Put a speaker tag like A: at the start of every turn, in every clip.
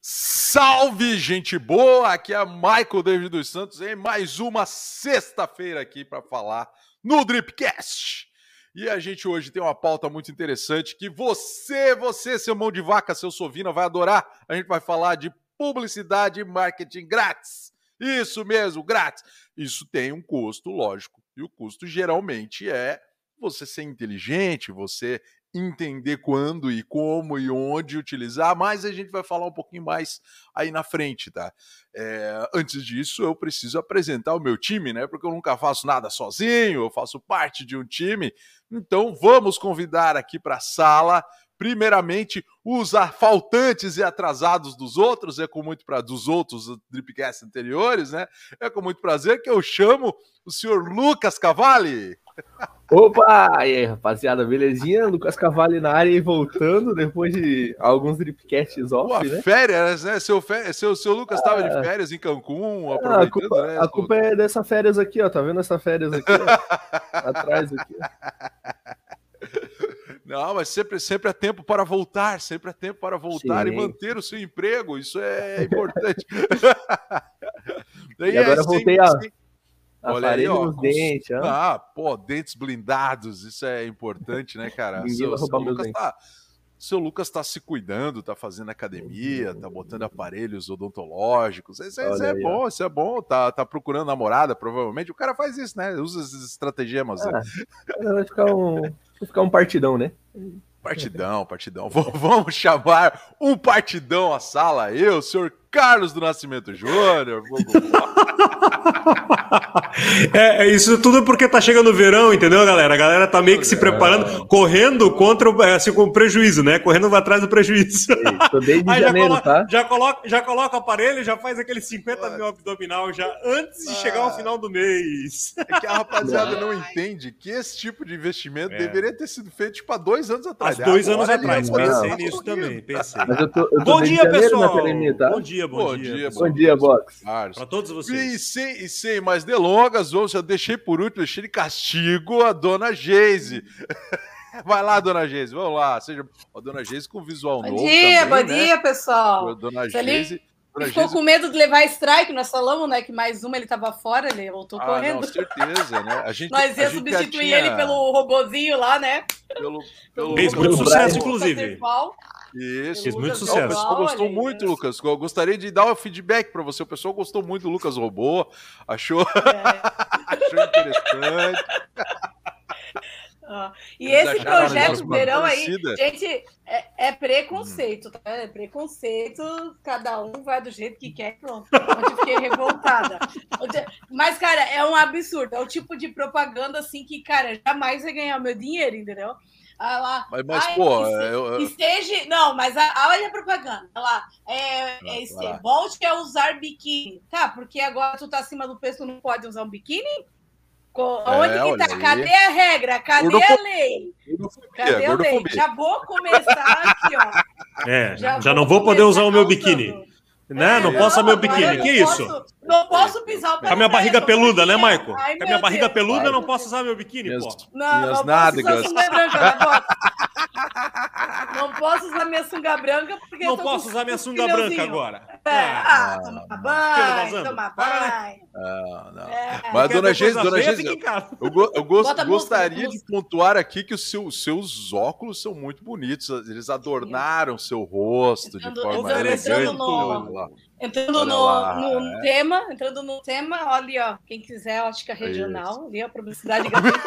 A: Salve, gente boa! Aqui é Michael David dos Santos em mais uma sexta-feira aqui para falar no Dripcast. E a gente hoje tem uma pauta muito interessante que você, seu mão de vaca, seu sovina, vai adorar. A gente vai falar de publicidade e marketing grátis. Isso mesmo, grátis. Isso tem um custo, lógico. E o custo geralmente é você ser inteligente, você entender quando e como e onde utilizar, mas a gente vai falar um pouquinho mais aí na frente, tá? Antes disso, eu preciso apresentar o meu time, né? Porque eu nunca faço nada sozinho, eu faço parte de um time. Então, vamos convidar aqui para a sala, primeiramente, os faltantes e atrasados dos outros, dos outros Dripcasts anteriores, né? É com muito prazer que eu chamo o senhor Lucas Cavalli.
B: Opa! E aí, rapaziada, belezinha? Lucas Cavalli na área e voltando depois de alguns Dripcasts off, né?
A: Férias, né? Seu Lucas estava de férias em Cancún, aproveitando, né?
B: A culpa é dessa férias aqui, ó. Tá vendo essa férias aqui, ó? Atrás aqui, ó.
A: Não, mas sempre há tempo para voltar, sempre há tempo para voltar. Sim. E manter o seu emprego, isso é importante.
B: E agora voltei
A: olha aí, ó,
B: nos dentes,
A: dentes blindados, isso é importante, né, cara? Seu Lucas tá se cuidando, tá fazendo academia, tá botando aparelhos odontológicos, isso é bom, tá procurando namorada, provavelmente, o cara faz isso, né, usa esses estratagemas.
B: Vai ficar um partidão, né?
A: Partidão. Vamos chamar um partidão à sala, eu, senhor Carlos do Nascimento Júnior.
C: Isso tudo porque tá chegando o verão, entendeu, galera? A galera tá meio que se preparando, correndo contra o prejuízo, né? Correndo atrás do prejuízo.
B: Tô desde janeiro, tá?
C: Já coloca o aparelho, já faz aqueles 50 mil abdominal já antes de chegar ao final do mês.
A: É que a rapaziada não entende que esse tipo de investimento deveria ter sido feito tipo há 2 anos atrás.
C: Há 2 anos atrás, pensei nisso também, pensei.
B: Mas eu tô
C: Bom dia, pessoal!
B: Tá? Bom dia, Box.
C: Para todos vocês.
A: E sem mais delongas, eu já deixei por último, deixei de castigo a dona Geise. Vai lá, dona Geise, vamos lá. Seja a dona Geise com visual novo.
D: Bom dia, pessoal.
A: Dona Geise.
D: Ficou com medo de levar strike, nós falamos, né? Que mais uma ele estava fora, ele voltou correndo.
A: Com certeza, né?
D: Nós ia substituir ele pelo robozinho lá, né?
C: Fez muito sucesso, inclusive.
A: Isso,
C: fez muito sucesso.
A: O pessoal gostou muito, Lucas. Eu gostaria de dar um feedback para você. O pessoal gostou muito do Lucas Robô, achou interessante.
D: E esse projeto do verão aí, gente, é preconceito, tá? É preconceito, cada um vai do jeito que quer, pronto. Ontem fiquei revoltada. Mas, cara, é um absurdo. É o tipo de propaganda assim que, cara, jamais vai ganhar o meu dinheiro, entendeu? Não, mas olha a propaganda. Volte a usar biquíni. Tá, porque agora tu tá acima do peso, tu não pode usar um biquíni? Onde que tá? Cadê a regra? Cadê a lei? Cadê a lei? Já vou começar aqui, ó.
C: Já não vou poder usar o meu biquíni. Né? Não posso usar meu biquíni. Que isso?
D: Não posso pisar o pé.
C: Com a minha barriga peluda, né, Michael? Com a minha barriga peluda, eu não posso usar meu biquíni, pô.
D: Não nádegas. Não posso usar minha sunga branca porque
C: não posso usar minha sunga branca agora.
D: Toma banho.
A: Mas, dona Geise, eu gostaria de pontuar aqui que os seus óculos são muito bonitos. Eles adornaram seu rosto de forma elegante.
D: Entrando no tema, olha, ó, quem quiser, ótica regional, ali a publicidade gratuita.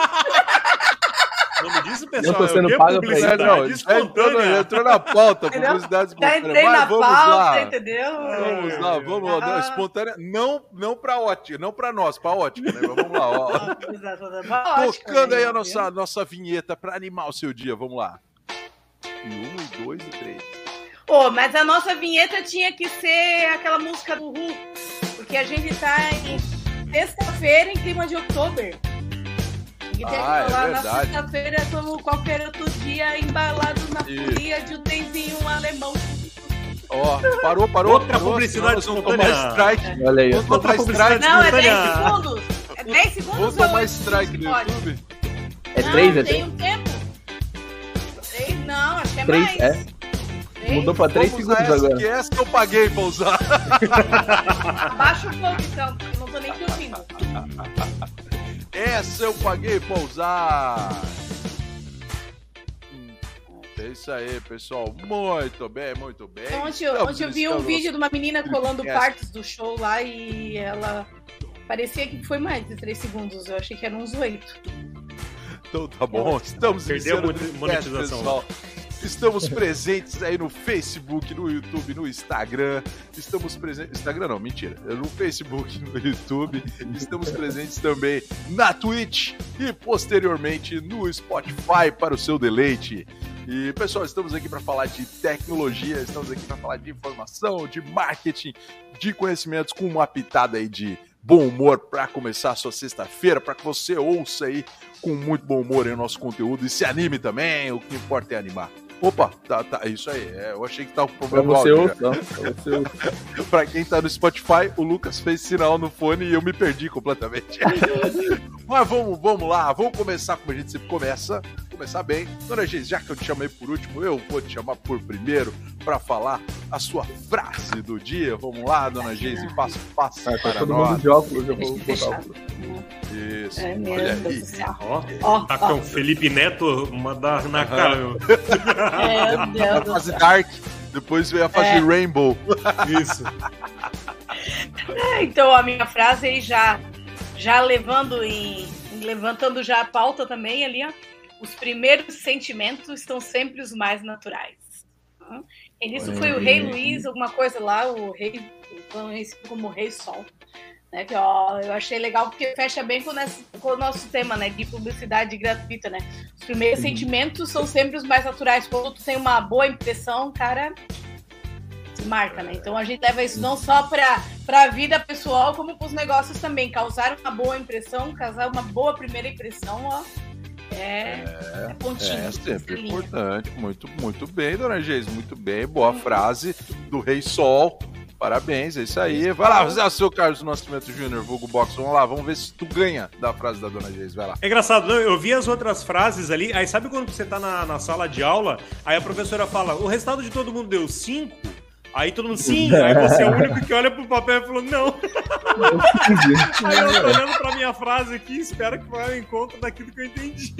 C: O nome disso, pessoal,
B: eu tô sendo pago pra isso.
A: Entrou na pauta, publicidade espontânea.
D: Entrei na pauta, entendeu?
A: Vamos lá. Espontânea, não pra ótica, não pra nós, pra ótica, né? Mas vamos lá, ó. Tocando aí a nossa vinheta pra animar o seu dia, vamos lá. E 1, 2 e 3.
D: Mas a nossa vinheta tinha que ser aquela música do Hulk, porque a gente tá em sexta-feira em clima de outubro. E tem que falar na sexta-feira, como qualquer outro dia, embalados na folia de um denzinho alemão.
A: Parou.
C: Outra publicidade espontânea.
B: Olha aí.
C: Outra publicidade
D: não, é 10 segundos. É 10 segundos.
A: Vou tomar strike no YouTube.
B: É 3,
D: tem um tempo. 3, não, acho que é
B: 3,
D: mais.
B: Mudou pra 3 segundos agora.
A: Que essa eu paguei pra usar.
D: Abaixa um pouco, então, porque eu não tô nem te ouvindo.
A: Essa eu paguei pra usar. É isso aí, pessoal. Muito bem, muito bem.
D: Então, ontem eu vi um vídeo de uma menina colando partes do show lá e ela parecia que foi mais de 3 segundos. Eu achei que eram uns 8.
A: Então tá bom. Estamos
C: Perdeu a monetização,
A: pessoal. Estamos presentes aí no Facebook, no YouTube, no Instagram. Estamos presentes... Instagram não, mentira. No Facebook, no YouTube. Estamos presentes também na Twitch e posteriormente no Spotify para o seu deleite. E, pessoal, estamos aqui para falar de tecnologia, estamos aqui para falar de informação, de marketing, de conhecimentos com uma pitada aí de bom humor para começar a sua sexta-feira, para que você ouça aí com muito bom humor aí o nosso conteúdo e se anime também, o que importa é animar. Opa, tá, é isso aí. Eu achei que tava com problema
B: do áudio.
A: Pra quem tá no Spotify, o Lucas fez sinal no fone e eu me perdi completamente. Mas vamos lá, vamos começar como a gente sempre começa. Começar bem. Dona Geise, já que eu te chamei por último, eu vou te chamar por primeiro pra falar a sua frase do dia. Vamos lá, Dona Geise, passo a passo para
B: todo
A: nós.
B: Mundo de óculos, eu vou botar óculos.
A: Isso,
D: olha aí.
C: Tá com o Felipe Neto na cara, meu.
A: A fase Dark, depois veio a fase Rainbow.
C: Isso.
D: Então, a minha frase aí já levantando já a pauta também ali, ó. Os primeiros sentimentos estão sempre os mais naturais. Isso foi o Rei Luiz, alguma coisa lá, o rei, como o Rei Sol. Né, que, ó, eu achei legal porque fecha bem com o nosso tema, né, de publicidade gratuita, né? Os primeiros sentimentos são sempre os mais naturais. Quando tu tem uma boa impressão, cara, se marca, né? Então a gente leva isso não só para a vida pessoal, como para os negócios também. Causar uma boa impressão, causar uma boa primeira impressão, ó, é pontinho.
A: É sempre importante. Muito bem, Dona Geise, muito bem. Boa frase do Rei Sol. Parabéns, é isso aí. Vai lá, fazer o seu Carlos Nascimento Júnior, vulgo box. Vamos lá, vamos ver se tu ganha da frase da Dona Geise. Vai lá.
C: É engraçado, eu vi as outras frases ali, aí sabe quando você tá na sala de aula, aí a professora fala, o resultado de todo mundo deu 5, aí todo mundo, sim, aí você é o único que olha pro papel e falou, não. Aí eu tô olhando pra minha frase aqui, espero que vá ao encontro daquilo que eu entendi.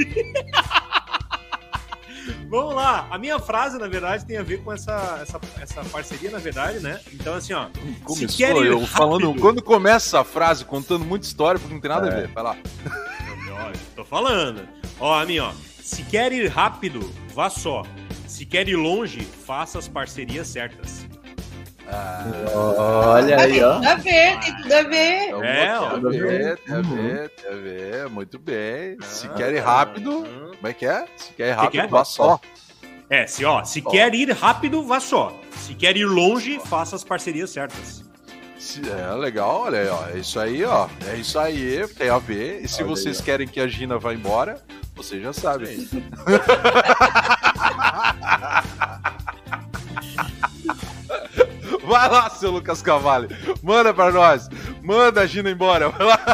C: Vamos lá, a minha frase, na verdade, tem a ver com essa parceria, na verdade, né? Então, assim, ó.
A: Começou eu falando, quando começa a frase, contando muita história, porque não tem nada a ver, vai lá.
C: Tô falando. Ó, a minha, ó. Se quer ir rápido, vá só. Se quer ir longe, faça as parcerias certas.
B: Olha aí, ó.
D: Tem tudo a ver.
A: Tem a ver. Muito bem. Se quer ir rápido, como é que é? Se quer ir rápido, vá só.
C: Se quer ir rápido, vá só. Se quer ir longe, faça as parcerias certas.
A: Legal, olha aí, ó. É isso aí, ó. É isso aí, tem a ver. E se vocês querem que a Gina vá embora, vocês já sabem. Vai lá, seu Lucas Cavalli. Manda pra nós. Manda a Gina embora. Vai lá.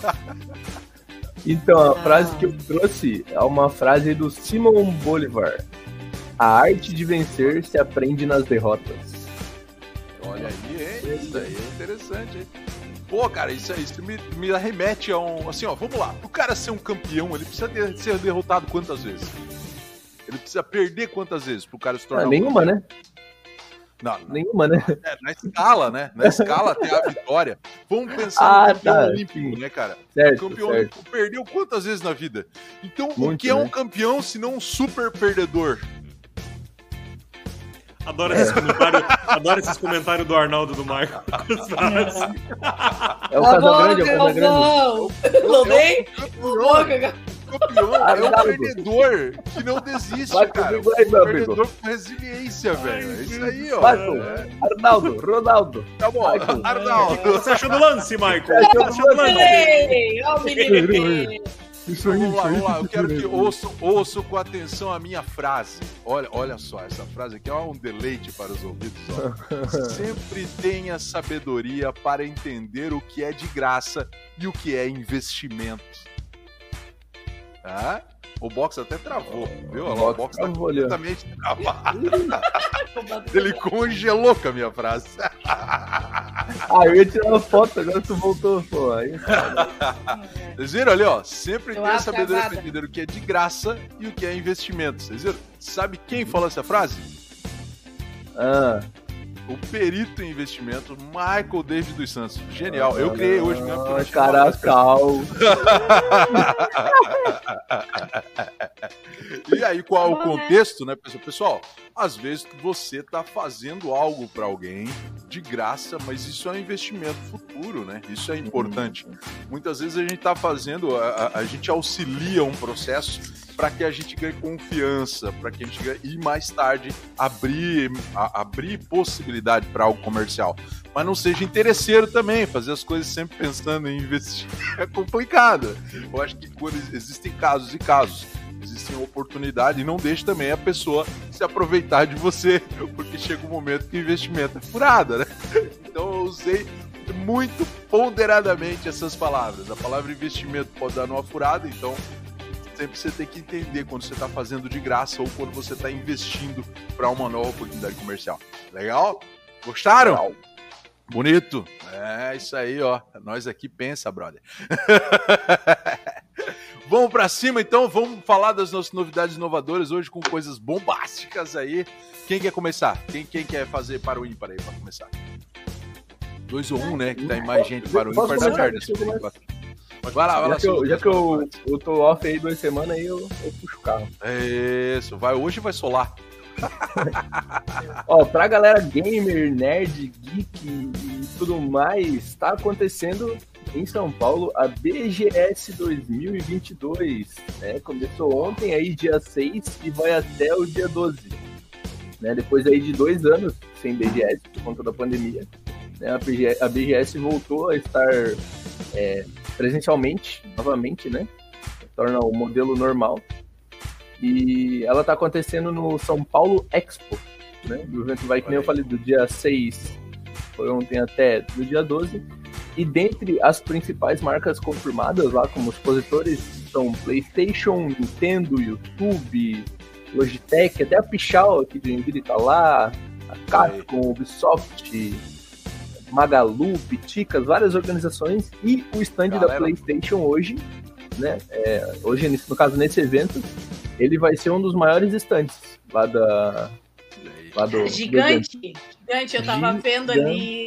B: Então, a frase que eu trouxe é uma frase do Simon Bolivar. A arte de vencer se aprende nas derrotas.
A: Olha aí, hein? Isso aí é interessante, hein? Pô, cara, isso me arremete a um... Assim, ó, vamos lá. O cara ser um campeão, ele precisa ser derrotado quantas vezes? Ele precisa perder quantas vezes pro cara se tornar
B: nenhuma, né?
A: Não,
B: nenhuma, né?
A: Na escala, né? Na escala tem a vitória. Vamos pensar no campeão olímpico, né, cara?
B: Certo,
A: o campeão olímpico perdeu quantas vezes na vida? Então,
B: muito,
A: o que é um campeão se não um super perdedor?
C: Adoro esses comentários do Arnaldo do Marco.
B: É o Casagrande, é o
D: Casagrande.
A: O campeão é o perdedor que não desiste, cara. O perdedor com resiliência, velho. É isso aí, ó.
B: Arnaldo, Ronaldo.
A: Tá bom, Arnaldo.
C: O que você achou do lance, Michael?
D: Ó, o menino.
A: Vamos lá. Eu quero que ouçam com atenção a minha frase. Olha só, essa frase aqui é um deleite para os ouvidos. Ó. Sempre tenha sabedoria para entender o que é de graça e o que é investimento. Tá? O box até travou, viu? O box tá
B: travou,
A: completamente travado. Ele congelou com a minha frase.
B: Eu ia tirar uma foto, agora tu voltou, pô. Aí,
A: Vocês viram ali, ó? Sempre tem a sabedoria pra entender o que é de graça e o que é investimento. Vocês viram? Sabe quem falou essa frase? O perito em investimento, Michael David dos Santos. Genial. Eu criei hoje mesmo.
B: Caracal.
A: E aí, qual é o contexto, né, pessoal? Às vezes você tá fazendo algo para alguém de graça, mas isso é um investimento futuro, né? Isso é importante. Muitas vezes a gente tá fazendo, a gente auxilia um processo para que a gente ganhe confiança, para que a gente ganhe, e mais tarde abrir possibilidade para algo comercial. Mas não seja interesseiro também, fazer as coisas sempre pensando em investir é complicado. Eu acho que existem casos e casos, existem oportunidades, e não deixe também a pessoa se aproveitar de você, porque chega um momento que o investimento é furada, né? Então eu usei muito ponderadamente essas palavras. A palavra investimento pode dar numa furada, então sempre você tem que entender quando você está fazendo de graça ou quando você está investindo para uma nova oportunidade comercial. Legal? Gostaram? Legal. Bonito? É isso aí, ó. Nós aqui pensa, brother. Vamos para cima, então. Vamos falar das nossas novidades inovadoras hoje com coisas bombásticas aí. Quem quer começar? Quem quer fazer para o ímpar aí para começar? 2 ou 1, né? Que tá mais gente para o ímpar. Vai lá.
B: Já que eu tô off aí 2 semanas, aí eu puxo o carro.
A: Isso, hoje vai solar.
B: Ó, pra galera gamer, nerd, geek e tudo mais, tá acontecendo em São Paulo a BGS 2022, né? Começou ontem, aí dia 6 e vai até o dia 12, né? Depois aí de 2 anos sem BGS por conta da pandemia, né? A BGS voltou a estar presencialmente, novamente, né? Torna o modelo normal. E ela tá acontecendo no São Paulo Expo, né? O evento vai, que nem eu falei, do dia 6, foi ontem até do dia 12. E dentre as principais marcas confirmadas lá como expositores são PlayStation, Nintendo, YouTube, Logitech, até a Pichau aqui de Joinville tá lá, a Capcom, Ubisoft, Magalu, Piticas, várias organizações, e o stand da PlayStation hoje, né? Hoje, no caso, nesse evento, ele vai ser um dos maiores stands lá do
D: gigante, eu tava vendo ali,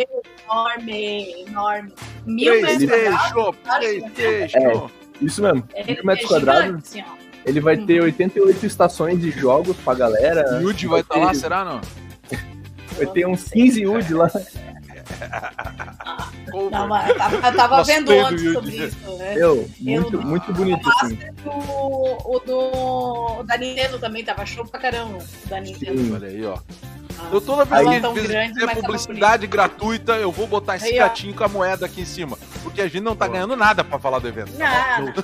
D: enorme, 1000 metros quadrados.
B: Isso mesmo, 1000 metros quadrados. Assim, ele vai ter 88 estações de jogos pra galera.
A: O Yudi vai estar lá, será não?
B: Vai ter uns 15 Yudi lá.
D: Não, mas eu tava vendo ontem sobre isso, né?
B: Muito bonito. Assim.
D: O da Nintendo também tava show pra caramba. Da Nintendo.
A: Sim, olha aí, ó. Eu toda vez que fizer publicidade gratuita, eu vou botar esse gatinho com a moeda aqui em cima. Porque a gente não tá ganhando nada pra falar do evento.
D: Nada.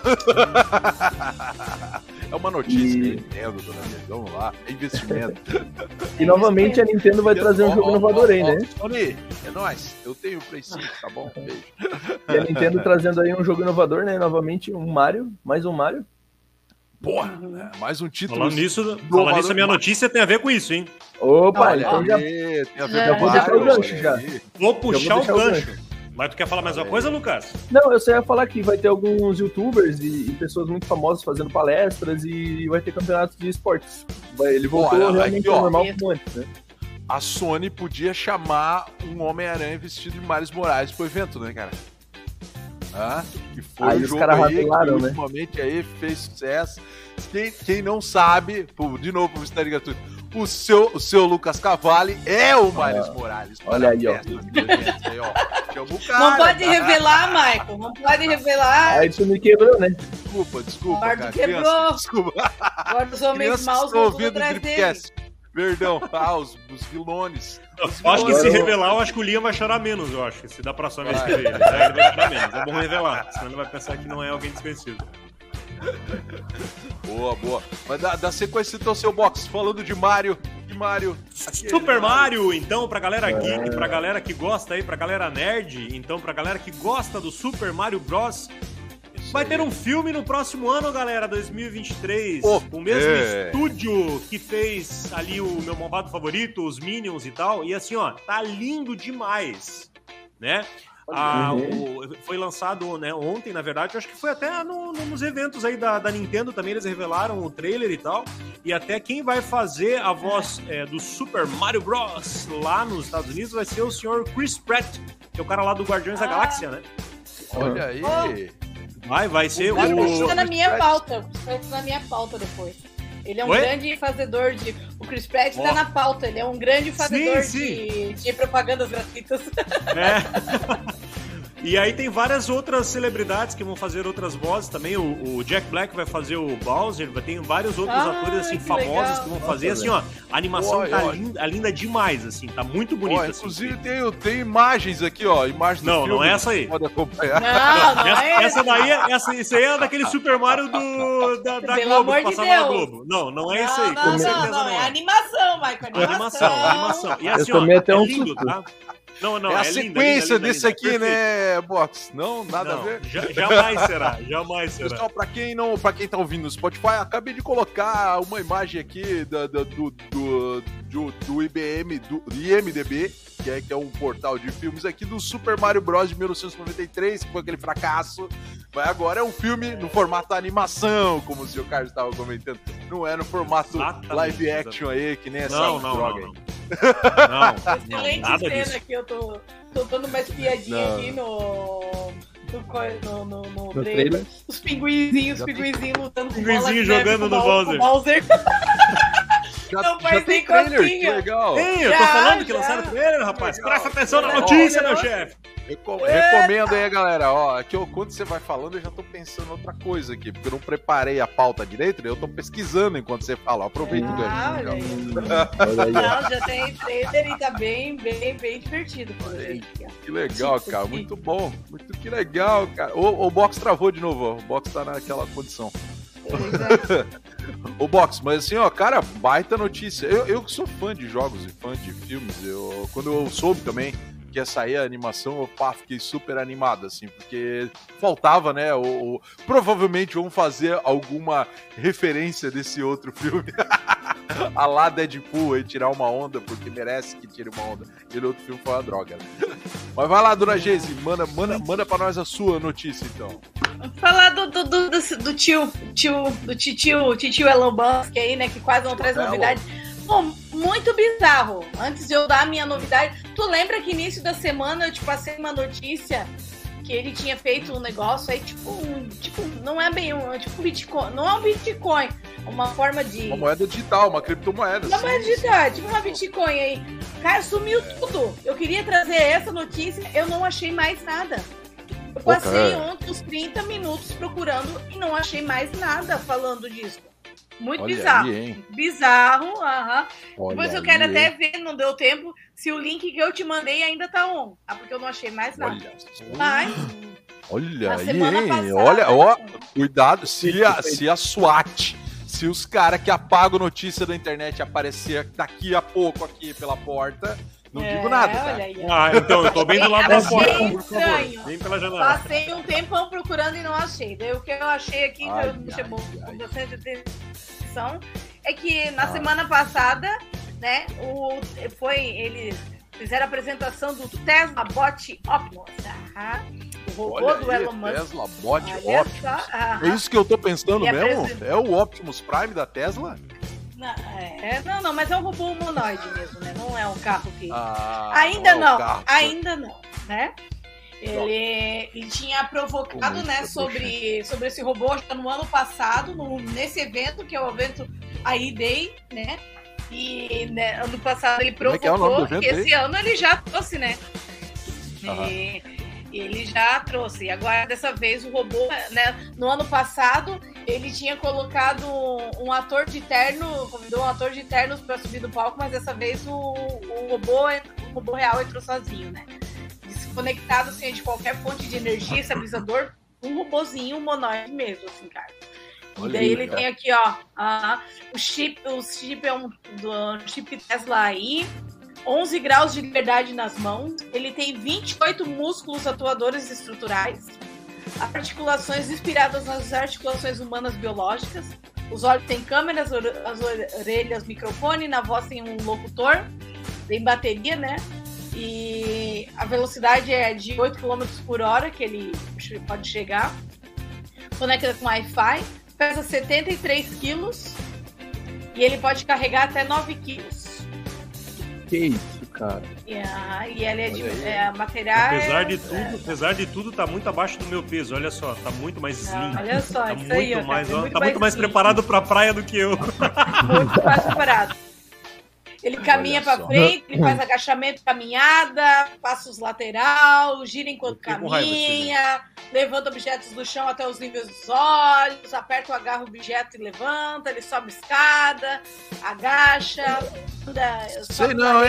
A: É uma notícia, Nintendo, dona Nintendo. Vamos lá, é investimento.
B: E novamente a Nintendo vai trazer um jogo inovador aí, né?
A: Sony, é nóis. Eu tenho o Play 5, tá bom? Beijo.
B: E a Nintendo trazendo aí um jogo inovador, né? Novamente mais um Mario.
A: Porra, mais um título.
C: Falando nisso, a minha notícia tem a ver com isso, hein?
B: Opa,
A: então já
B: tem a ver com o gancho já.
C: Vou puxar o gancho. Mas tu quer falar mais uma coisa, Lucas?
B: Não, eu só ia falar que vai ter alguns youtubers e pessoas muito famosas fazendo palestras e vai ter campeonatos de esportes. Ele voltou realmente ao normal como antes, né?
A: A Sony podia chamar um Homem-Aranha vestido de Miles Morales pro evento, né, cara? Que foi
B: aí
A: o jogo aí que ultimamente aí fez sucesso. Quem não sabe, de novo, publicidade gratuita, o seu Lucas Cavalli é o Miles Morales.
B: Olha aí, ó.
A: Chama o cara,
D: não pode revelar, Michael. Não pode revelar.
B: Aí tu me quebrou, né?
A: Desculpa, cara.
D: Quebrou. Desculpa. Agora os homens maus vão tudo atrás dele.
A: Perdão, os vilones.
C: Eu acho que se revelar, eu acho que o Liam vai chorar menos, eu acho. Se da próxima vez que ver ele, né? Ele vai chorar menos. É bom revelar, senão ele vai pensar que não é alguém desconhecido.
A: Boa. Mas dá sequência então, seu box, falando de Mario.
C: Super Mario, então, pra galera geek, pra galera que gosta aí, pra galera nerd, então, pra galera que gosta do Super Mario Bros. Vai ter um filme no próximo ano, galera, 2023.
A: Oh,
C: o mesmo estúdio que fez ali o meu malvado favorito, os Minions e tal. E assim, ó, tá lindo demais, né? Foi lançado, né, ontem, na verdade, acho que foi até nos eventos aí da Nintendo também, eles revelaram o trailer e tal, e até quem vai fazer a voz do Super Mario Bros. Lá nos Estados Unidos vai ser o senhor Chris Pratt, que é o cara lá do Guardiões da Galáxia, né?
A: Olha aí!
C: Vai ser
D: o... Isso tá na minha pauta, isso na minha pauta depois. Ele é um grande fazedor de... O Chris Pratt tá na pauta, ele é um grande fazedor de propagandas gratuitas.
C: E aí tem várias outras celebridades que vão fazer outras vozes também. O Jack Black vai fazer o Bowser, tem vários outros atores assim, famosos que vão fazer. Assim, ó, a animação tá linda demais, assim, tá muito bonita. Assim,
A: inclusive tem imagens aqui, ó. Imagens do filme.
C: Não é essa aí.
A: Pode acompanhar.
D: Não é
C: essa daí isso aí é daquele Super Mario da Globo, que passava na Globo. Não é isso aí.
D: Não, é animação, Michael.
C: Animação. E assim, ó, é lindo, tá? Não,
A: é a sequência
C: linda,
A: desse aqui, né, Box? Não, nada a ver.
C: Jamais será.
A: Pessoal, pra quem tá ouvindo no Spotify, acabei de colocar uma imagem aqui do IMDb, que é um portal de filmes aqui, do Super Mario Bros. De 1993, que foi aquele fracasso. Mas agora é um filme no formato animação, como o senhor Carlos estava comentando. Não é no formato live action aí, que nem essa droga aí.
D: Excelente cena aqui, eu tô dando uma espiadinha aqui no trailer. Os pinguinzinhos lutando com bola de neve,
C: jogando no Bowser.
D: Não faz nem cosquinha.
A: Legal.
C: Eu tô falando que lançaram o trailer, rapaz. Legal. Presta atenção na notícia, meu chefe.
A: Recomendo aí, galera. Ó, aqui quando você vai falando, eu já tô pensando em outra coisa aqui, porque eu não preparei a pauta direito, eu tô pesquisando enquanto você fala. Aproveita o gancho.
D: Já tem trailer e tá bem divertido.
A: Que legal, cara. Muito bom. Que legal, cara. O Box travou de novo, ó. O Box tá naquela condição. O Box, mas assim, ó, cara, baita notícia. Eu que sou fã de jogos e fã de filmes, quando eu soube também que ia sair a animação, eu fiquei super animado, assim, porque faltava, né, provavelmente vão fazer alguma referência desse outro filme, a lá Deadpool, e tirar uma onda, porque merece que tire uma onda. Aquele outro filme foi uma droga, né? Mas vai lá, dona Geise, manda pra nós a sua notícia, então.
D: Falar do tio Elon Musk aí, né, que quase não traz novidade. Pô, muito bizarro. Antes de eu dar a minha novidade, tu lembra que início da semana eu te passei uma notícia que ele tinha feito um negócio aí, tipo não é bem tipo Bitcoin, não é um Bitcoin, uma forma de...
A: Uma moeda digital, uma criptomoeda.
D: Uma moeda digital, tipo uma Bitcoin aí. Cara, sumiu tudo. Eu queria trazer essa notícia, eu não achei mais nada. Eu passei ontem uns 30 minutos procurando e não achei mais nada falando disso. Muito bizarro. Aí, bizarro, Depois eu quero até ver, não deu tempo, se o link que eu te mandei ainda tá on. Porque eu não achei mais nada.
A: Olha aí, hein? Olha, ó, cuidado, se a SWAT, se os caras que apagam notícia da internet aparecer daqui a pouco aqui pela porta... Não digo nada, tá?
C: Então eu tô bem do lado da porta, por favor. Bem pela janela.
D: Passei um tempão procurando e não achei. Daí o que eu achei aqui, que me chamou bastante atenção, é que na semana passada, né, eles fizeram a apresentação do Tesla Bot Optimus. O robô do Elon Musk.
A: Tesla Bot Optimus. É isso que eu tô pensando mesmo? É o Optimus Prime da Tesla?
D: Não, mas é um robô humanoide mesmo, né? Não é um carro que... ainda não, né? Ele tinha provocado, né, sobre esse robô já no ano passado, nesse evento, que é o evento AI-Day, né? E né, ano passado ele provocou, que esse ano ele já trouxe, né? Ele já trouxe. E agora, dessa vez, o robô, né? No ano passado, ele tinha colocado um ator de terno, convidou um ator de terno para subir do palco, mas dessa vez o robô real entrou sozinho, né? Desconectado, assim, de qualquer fonte de energia, estabilizador, um robozinho humanoide mesmo, assim, cara. E daí ele tem aqui, ó, o chip é do chip Tesla aí, 11 graus de liberdade nas mãos, ele tem 28 músculos atuadores estruturais, articulações inspiradas nas articulações humanas biológicas. Os olhos têm câmeras, as orelhas microfone, na voz tem um locutor, tem bateria, né? E a velocidade é de 8 km por hora que ele pode chegar. Conecta com Wi-Fi, pesa 73 quilos e ele pode carregar até 9 quilos.
B: Que isso, cara?
D: E ele é de material.
C: Apesar de tudo, tá muito abaixo do meu peso. Olha só, tá muito mais slim.
D: Olha só,
C: tá
D: isso
C: muito
D: aí,
C: mais,
D: tá muito
C: mais preparado pra praia do que eu.
D: Muito mais preparado. Ele caminha para frente, ele faz agachamento, caminhada, passos lateral, gira enquanto caminha, levanta objetos do chão até os níveis dos olhos, aperta ou agarra o objeto e levanta, ele sobe escada, agacha,
A: sei não,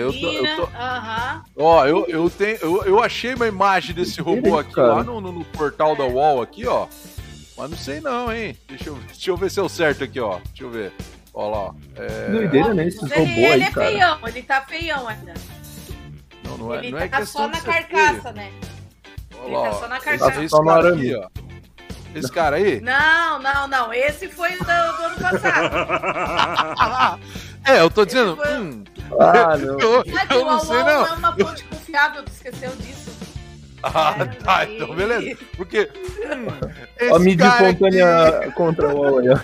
A: eu achei uma imagem desse robô aqui lá no portal da UOL aqui, ó. Mas não sei não, hein? Deixa eu ver se é o certo aqui, ó. Deixa eu ver. Olha lá.
B: Doideira, né? Esses robôs aí,
D: ele é feião, ele tá feião ainda.
A: Não é,
D: ele
A: não é
D: tá só na carcaça, né?
A: Olha lá,
D: ele tá só na carcaça.
A: Esse cara aqui, ó. Esse cara aí?
D: Não. Esse foi do ano passado.
A: Eu tô dizendo.
B: Não.
A: Eu não sei, não.
D: Não é uma fonte confiável, tu esqueceu disso.
A: Tá, então beleza. Porque.
B: A mídia espontânea contra o UOL aí, ó.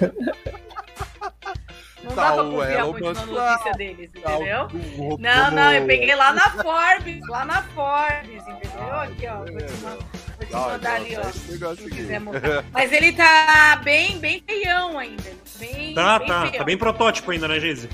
D: Não dá pra confiar muito na notícia deles, entendeu? Não, eu peguei lá na Forbes, entendeu? Aqui, ó, vou te mandar ali, ó, se quiser mostrar. Mas ele tá bem feião ainda.
C: Tá bem protótipo ainda, né, Geise?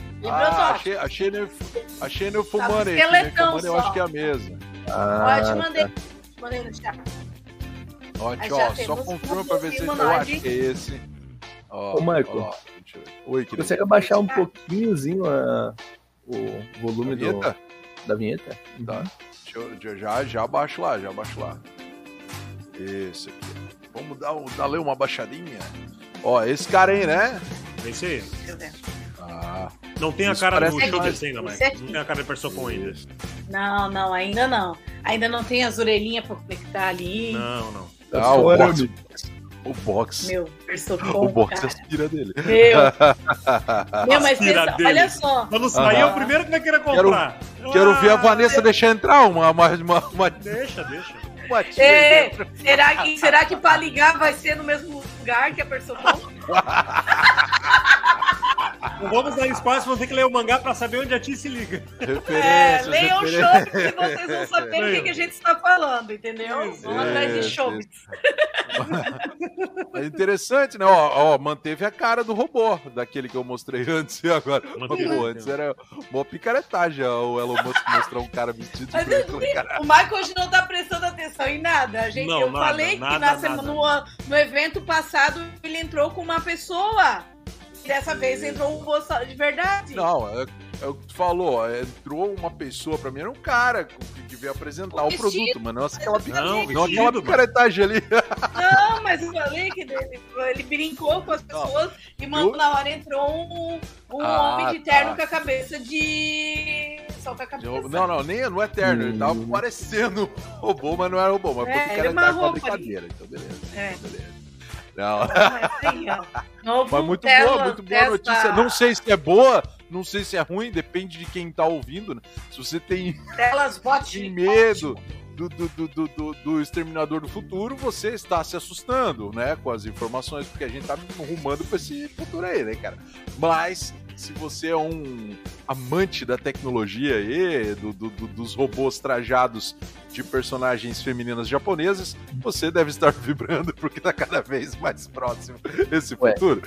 A: Achei no fumando aí. Eu acho que é a mesa.
D: Te mandei no chat.
A: Só confirma pra ver se eu acho que é esse.
B: Ô, Michael.
A: Oi,
B: você consegue abaixar um pouquinhozinho o volume da vinheta?
A: Tá. Já abaixo lá, Esse aqui. Vamos dar uma baixadinha. Ó, esse cara aí, né?
C: Esse aí.
D: Deixa eu ver.
C: Não tem a cara do Showbiz ainda, mas não tem a cara de Persopon ainda.
D: Não, ainda não. Ainda não tem as orelhinhas pra conectar ali.
C: Não.
A: O box.
D: Meu, Persopon,
A: o box aspira dele.
D: Mas pensa, olha só.
C: Quando sair, é o primeiro que vai querer comprar.
A: Quero ver a Vanessa deixar entrar uma...
C: Deixa.
D: Será que pra ligar vai ser no mesmo lugar que a Persopon?
C: Não vamos dar espaço, vamos ter que ler o mangá pra saber onde a Tia se liga.
D: Leiam o Showbiz e vocês vão saber o que a gente está falando, entendeu? Vamos atrás de Showbiz.
A: É interessante, né? Ó, manteve a cara do robô, daquele que eu mostrei antes e agora. Antes era uma picaretagem o Elon Musk mostrar um cara vestido de branco.
D: O Michael hoje não tá prestando atenção em nada. Eu falei que no evento passado ele entrou com uma pessoa. Dessa vez entrou um robô de verdade.
A: Não, é o que tu falou. Entrou uma pessoa, pra mim era um cara que veio apresentar o produto, mas não aquela picaretagem ali.
D: Não, mas eu falei que ele brincou com as pessoas e na hora entrou um homem de terno com a cabeça de... Só com a cabeça.
A: Não é terno. Ele tava parecendo robô, mas não era robô. Mas porque o cara tava com a brincadeira. Então beleza. Não.
D: Mas
A: muito boa a notícia. Não sei se é boa, não sei se é ruim, depende de quem tá ouvindo, né? Se você tem medo do Exterminador do Futuro, você está se assustando, né? Com as informações, porque a gente tá rumando pra esse futuro aí, né, cara? Mas se você é um amante da tecnologia aí, dos robôs trajados de personagens femininas japonesas, você deve estar vibrando porque tá cada vez mais próximo esse futuro.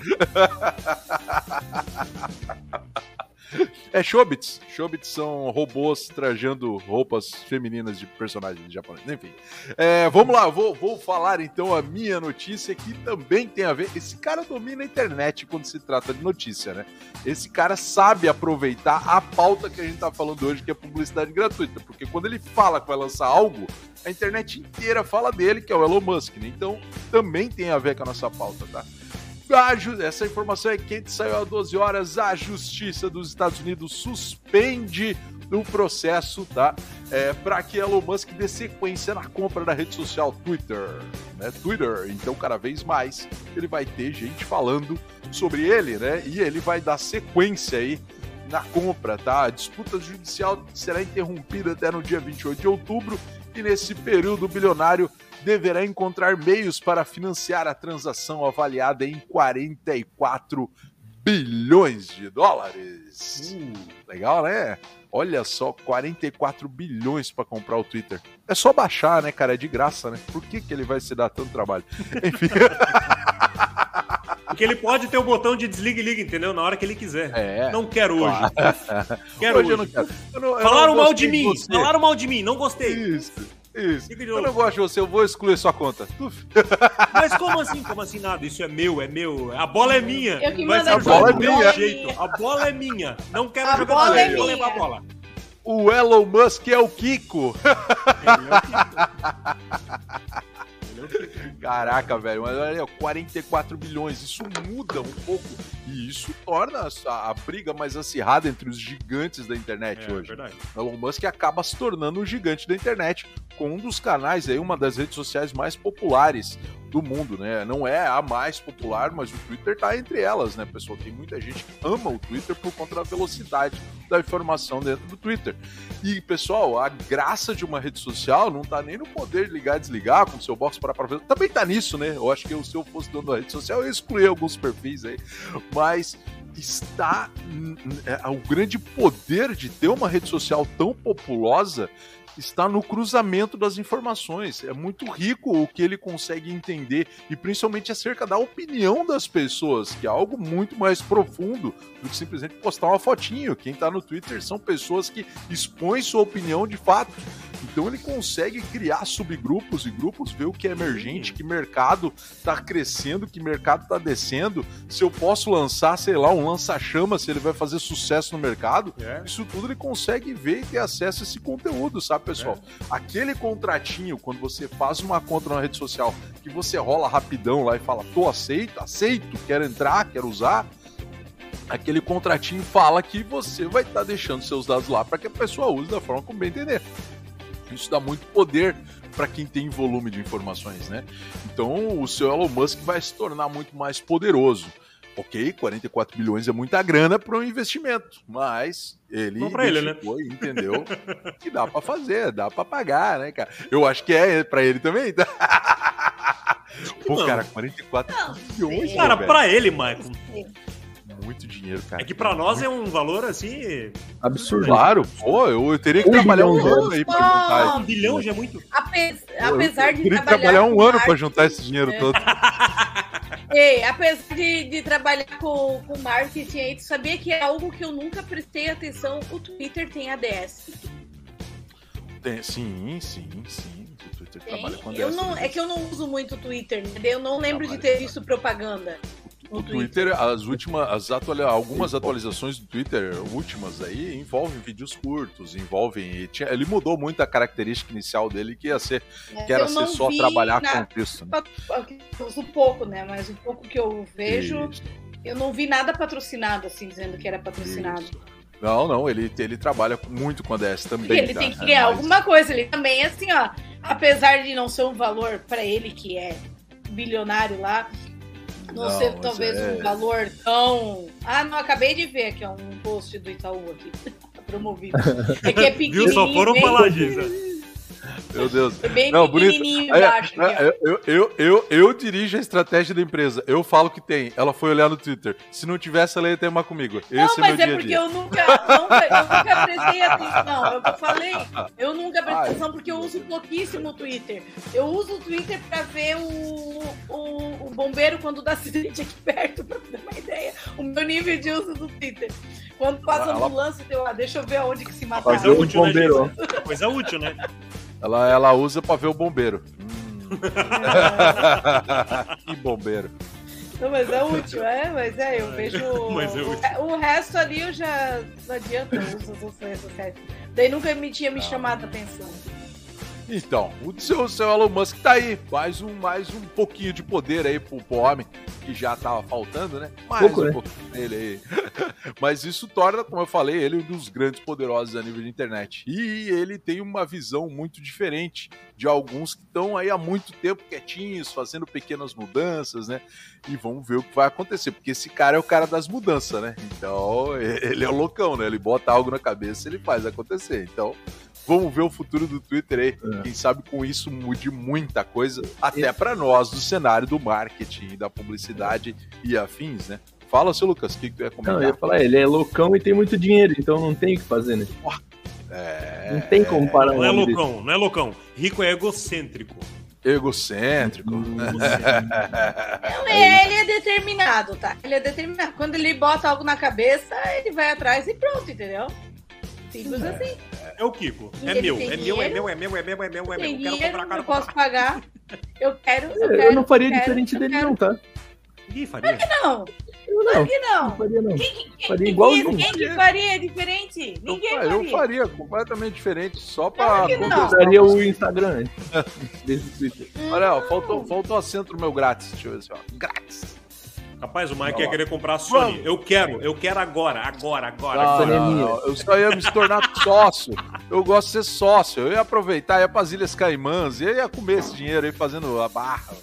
A: É Showbiz. Showbiz são robôs trajando roupas femininas de personagens japoneses. Enfim. Vamos lá, vou falar então a minha notícia que também tem a ver. Esse cara domina a internet quando se trata de notícia, né? Esse cara sabe aproveitar a pauta que a gente tá falando hoje, que é publicidade gratuita. Porque quando ele fala que vai lançar algo, a internet inteira fala dele, que é o Elon Musk, né? Então também tem a ver com a nossa pauta, tá? Essa informação é quente, saiu às 12 horas. A Justiça dos Estados Unidos suspende do processo, tá? Para que Elon Musk dê sequência na compra da rede social Twitter, né? Então, cada vez mais, ele vai ter gente falando sobre ele, né? E ele vai dar sequência aí na compra, tá? A disputa judicial será interrompida até no dia 28 de outubro e nesse período o bilionário deverá encontrar meios para financiar a transação avaliada em 44 bilhões de dólares. Legal, né? Olha só, 44 bilhões para comprar o Twitter. É só baixar, né, cara? É de graça, né? Por que ele vai se dar tanto trabalho? Enfim.
C: Porque ele pode ter o botão de desliga e liga, entendeu? Na hora que ele quiser. Não quero hoje. Quero hoje.
A: Eu não quero.
C: Falaram mal de mim. Falaram mal de mim. Não gostei.
A: Isso. Eu não gosto de você, eu vou excluir sua conta.
C: Mas como assim? Como assim nada? Isso é meu. A bola é minha.
A: A bola é minha.
C: A bola é minha. Não quero
D: jogar bola é minha.
C: Levar a bola.
A: O Elon Musk é o Kiko. Caraca, velho, mas olha, 44 bilhões, isso muda um pouco e isso torna a briga mais acirrada entre os gigantes da internet hoje.
C: Verdade.
A: Elon Musk acaba se tornando um gigante da internet com um dos canais aí, uma das redes sociais mais populares do mundo, né? Não é a mais popular, mas o Twitter tá entre elas, né, pessoal? Tem muita gente que ama o Twitter por conta da velocidade da informação dentro do Twitter. E, pessoal, a graça de uma rede social não tá nem no poder de ligar e desligar com o seu box para ver. Também tá nisso, né? Eu acho que se eu fosse dono da rede social, eu ia excluir alguns perfis aí. Mas está o grande poder de ter uma rede social tão populosa está no cruzamento das informações. É muito rico o que ele consegue entender e principalmente acerca da opinião das pessoas, que é algo muito mais profundo do que simplesmente postar uma fotinho. Quem está no Twitter são pessoas que expõem sua opinião de fato. Então ele consegue criar subgrupos e grupos, ver o que é emergente, que mercado está crescendo, que mercado está descendo, se eu posso lançar, sei lá, um lança-chama, se ele vai fazer sucesso no mercado. Isso tudo ele consegue ver e ter acesso a esse conteúdo, sabe, pessoal? Aquele contratinho, quando você faz uma conta na rede social, que você rola rapidão lá e fala, aceito, quero entrar, quero usar, aquele contratinho fala que você vai estar deixando seus dados lá para que a pessoa use da forma como bem entender. Isso dá muito poder para quem tem volume de informações, né? Então o seu Elon Musk vai se tornar muito mais poderoso. Ok, 44 bilhões é muita grana para um investimento, mas ele entendeu que dá para fazer, dá para pagar, né, cara? Eu acho que é para ele também, tá? Pô, cara, 44 bilhões.
C: Cara, para ele, Michael.
A: Muito dinheiro, cara.
C: É que pra nós é um valor assim
B: absurdo.
A: Claro, pô, eu teria que trabalhar um ano aí pra juntar isso.
C: 1 bilhão já é muito.
D: Apesar de
A: teria que trabalhar um ano pra juntar esse dinheiro todo.
D: Ei, apesar de trabalhar com marketing aí, tu sabia que é algo que eu nunca prestei atenção? O Twitter tem ADS.
A: Sim. O Twitter trabalha com ADS.
D: É que eu não uso muito o Twitter, né? Eu não lembro de ter visto propaganda.
A: O Twitter, algumas atualizações do Twitter últimas aí envolvem vídeos curtos, ele mudou muito a característica inicial dele, que era ser só trabalhar com texto. Né?
D: Eu uso pouco, né? Mas o pouco que eu vejo, eu não vi nada patrocinado, assim, dizendo que era patrocinado. Isso.
A: Não, ele trabalha muito com a DS também.
D: Porque ele tem que ganhar alguma coisa, ele também, assim, ó, apesar de não ser um valor pra ele, que é bilionário lá, não ser talvez um valor tão... não, acabei de ver aqui, ó, um post do Itaú aqui, promovido. É que é pequenininho.
C: Só foram falar disso.
A: Meu Deus.
D: É bem pequenininho embaixo.
A: Eu dirijo a estratégia da empresa. Eu falo que tem. Ela foi olhar no Twitter. Se não tivesse, ela ia ter uma comigo.
D: Não, mas é porque eu nunca prestei atenção. Não, é o que eu falei. Eu nunca prestei atenção porque eu uso pouquíssimo o Twitter. Eu uso o Twitter pra ver o bombeiro quando dá acidente aqui perto, pra ter uma ideia. O meu nível de uso do Twitter. Quando passa a ambulância, deixa eu ver aonde que se mata.
C: Coisa útil, né? Coisa útil, né?
A: Ela usa pra ver o bombeiro. Que bombeiro.
D: Não, mas é útil, eu vejo. O resto ali eu já não adianta, eu uso as outras sociais. Daí nunca tinha me chamado a atenção.
A: Então, o seu Elon Musk tá aí, mais um pouquinho de poder aí pro homem, que já tava faltando, né? Mais
B: pouco,
A: um pouquinho dele aí. Mas isso torna, como eu falei, ele um dos grandes poderosos a nível de internet. E ele tem uma visão muito diferente de alguns que estão aí há muito tempo quietinhos, fazendo pequenas mudanças, né? E vamos ver o que vai acontecer, porque esse cara é o cara das mudanças, né? Então, ele é o loucão, né? Ele bota algo na cabeça e ele faz acontecer. Então, vamos ver o futuro do Twitter aí. Quem sabe com isso mude muita coisa, até para nós do cenário do marketing, da publicidade e afins, né? Fala, seu Lucas, o que tu ia comentar?
B: Não, eu ia falar, ele é loucão e tem muito dinheiro, então não tem o que fazer, né? Não tem como parar.
C: Não é loucão, não é loucão. Rico é egocêntrico.
A: Egocêntrico.
D: Não, ele é determinado, tá? Ele é determinado. Quando ele bota algo na cabeça, ele vai atrás e pronto, entendeu? Simples assim.
C: É o Kiko.
D: E
C: É
D: ele
C: meu.
D: tem
C: É meu, é
D: dinheiro,
C: meu, é meu, é meu, é meu, é meu.
D: Tem
C: Eu quero
D: dinheiro,
C: comprar,
D: eu posso pagar. Eu quero.
B: Eu não faria diferente dele, não, tá?
C: Ninguém faria.
D: Não,
B: Eu não.
D: que não.
B: Não faria, não.
D: Quem
B: Faria igualzinho.
D: que faria diferente? Ninguém faria.
A: Eu faria completamente diferente, só
D: Claro
A: pra
D: que não.
A: contestar.
B: Usaria o Instagram desse Twitter.
A: Olha, ó, faltou acento no meu grátis. Deixa eu ver assim, ó. Grátis.
C: Rapaz, o Mike ia querer comprar a Sony. Eu quero agora.
A: Não, eu só ia me tornar sócio. Eu gosto de ser sócio. Eu ia aproveitar, ia pras Ilhas Caimãs, eu ia comer esse dinheiro aí fazendo a barra.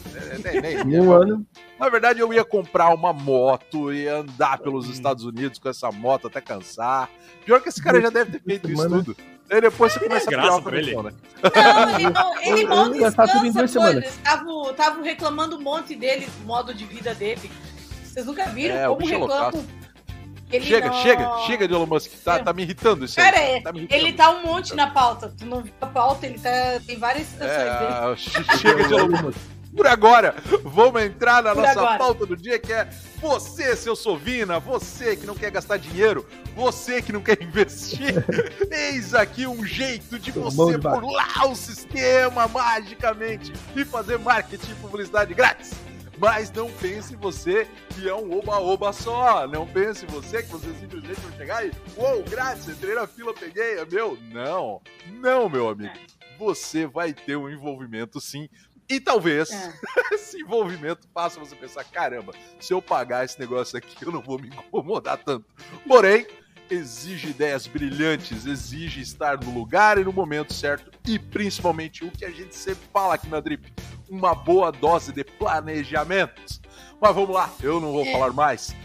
B: Um ano.
A: Na verdade, eu ia comprar uma moto, ia andar pelos Estados Unidos com essa moto até cansar. Pior que esse cara já deve ter feito isso tudo. Aí depois você começa a
C: graça
A: pirar
C: pra ele.
A: Né?
D: Não, ele mal
B: Eu ia gastar tudo em 2
D: descansa, pô.
B: semanas.
D: Eles estavam reclamando um monte dele, do modo de vida dele. Vocês nunca viram
A: É, o
D: como
A: bicho é
D: reclamam? Ele
A: Chega de Elon Musk, tá me irritando isso
D: Cara,
A: aí. Tá me irritando.
D: ele tá um monte na pauta. Tu não viu a pauta, ele tem várias situações dele.
A: Chega de Elon Musk. Por agora, vamos entrar na nossa
D: agora.
A: pauta do dia, que é você, seu Sovina, você que não quer gastar dinheiro, você que não quer investir. Eis aqui um jeito de você burlar o sistema magicamente e fazer marketing e publicidade grátis. Mas não pense você que é um oba-oba só. Não pense você que você simplesmente vai chegar e uou, grátis, entrei na fila, peguei, é meu. Não, meu amigo. Você vai ter um envolvimento sim. E talvez esse envolvimento faça você pensar, caramba, se eu pagar esse negócio aqui, eu não vou me incomodar tanto. Porém, exige ideias brilhantes, exige estar no lugar e no momento certo. E principalmente o que a gente sempre fala aqui na Drip, uma boa dose de planejamento. Mas vamos lá, eu não vou falar mais.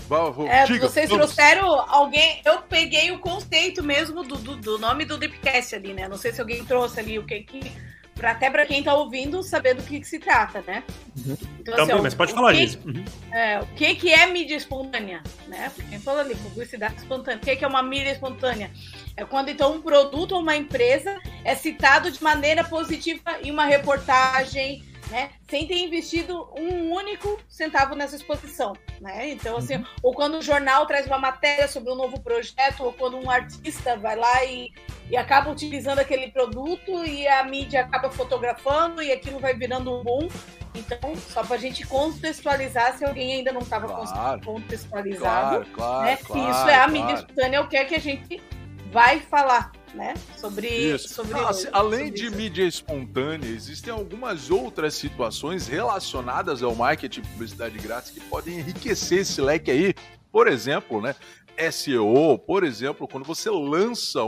D: Vocês trouxeram alguém. Eu peguei o conceito mesmo do nome do Dripcast ali, né? Não sei se alguém trouxe ali o que. Até para quem tá ouvindo saber do que se trata, né? Então,
C: também,
D: assim,
C: mas pode falar disso.
D: O que é mídia espontânea, né? Porque quem falou ali, publicidade espontânea. O que é uma mídia espontânea? É quando então um produto ou uma empresa é citado de maneira positiva em uma reportagem, né? Sem ter investido um único centavo nessa exposição, né? Então, assim, ou quando o jornal traz uma matéria sobre um novo projeto, ou quando um artista vai lá e acaba utilizando aquele produto e a mídia acaba fotografando e aquilo vai virando um boom. Então, só para a gente contextualizar, se alguém ainda não estava contextualizado, né? Isso é a mídia espontânea, o que é que a gente vai falar, né? Sobre isso.
A: Além de mídia espontânea, existem algumas outras situações relacionadas ao marketing e publicidade grátis que podem enriquecer esse leque aí. Por exemplo, né? SEO, por exemplo, quando você lança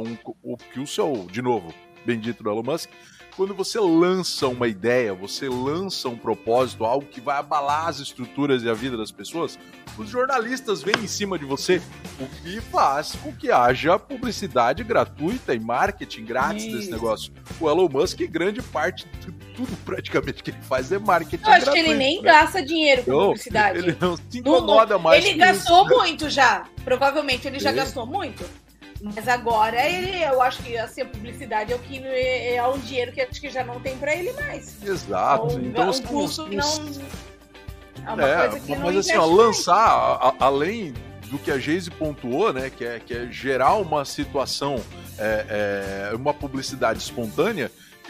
A: de novo, bendito do Elon Musk, quando você lança uma ideia, você lança um propósito, algo que vai abalar as estruturas e a vida das pessoas, os jornalistas vêm em cima de você, o que faz com que haja publicidade gratuita e marketing grátis desse negócio. O Elon Musk, grande parte de tudo praticamente que ele faz é marketing gratuito.
D: Eu acho que ele nem gasta dinheiro com publicidade.
A: Ele não se incomoda mais.
D: Ele gastou muito já. Provavelmente ele já gastou muito. Mas agora eu acho que assim, a publicidade é um dinheiro que acho que já não tem para ele mais.
A: Exato. Então
D: um custo que não. É uma coisa que não
A: mas assim, lançar, além do que a Geise pontuou, né, que é gerar uma situação, uma publicidade espontânea,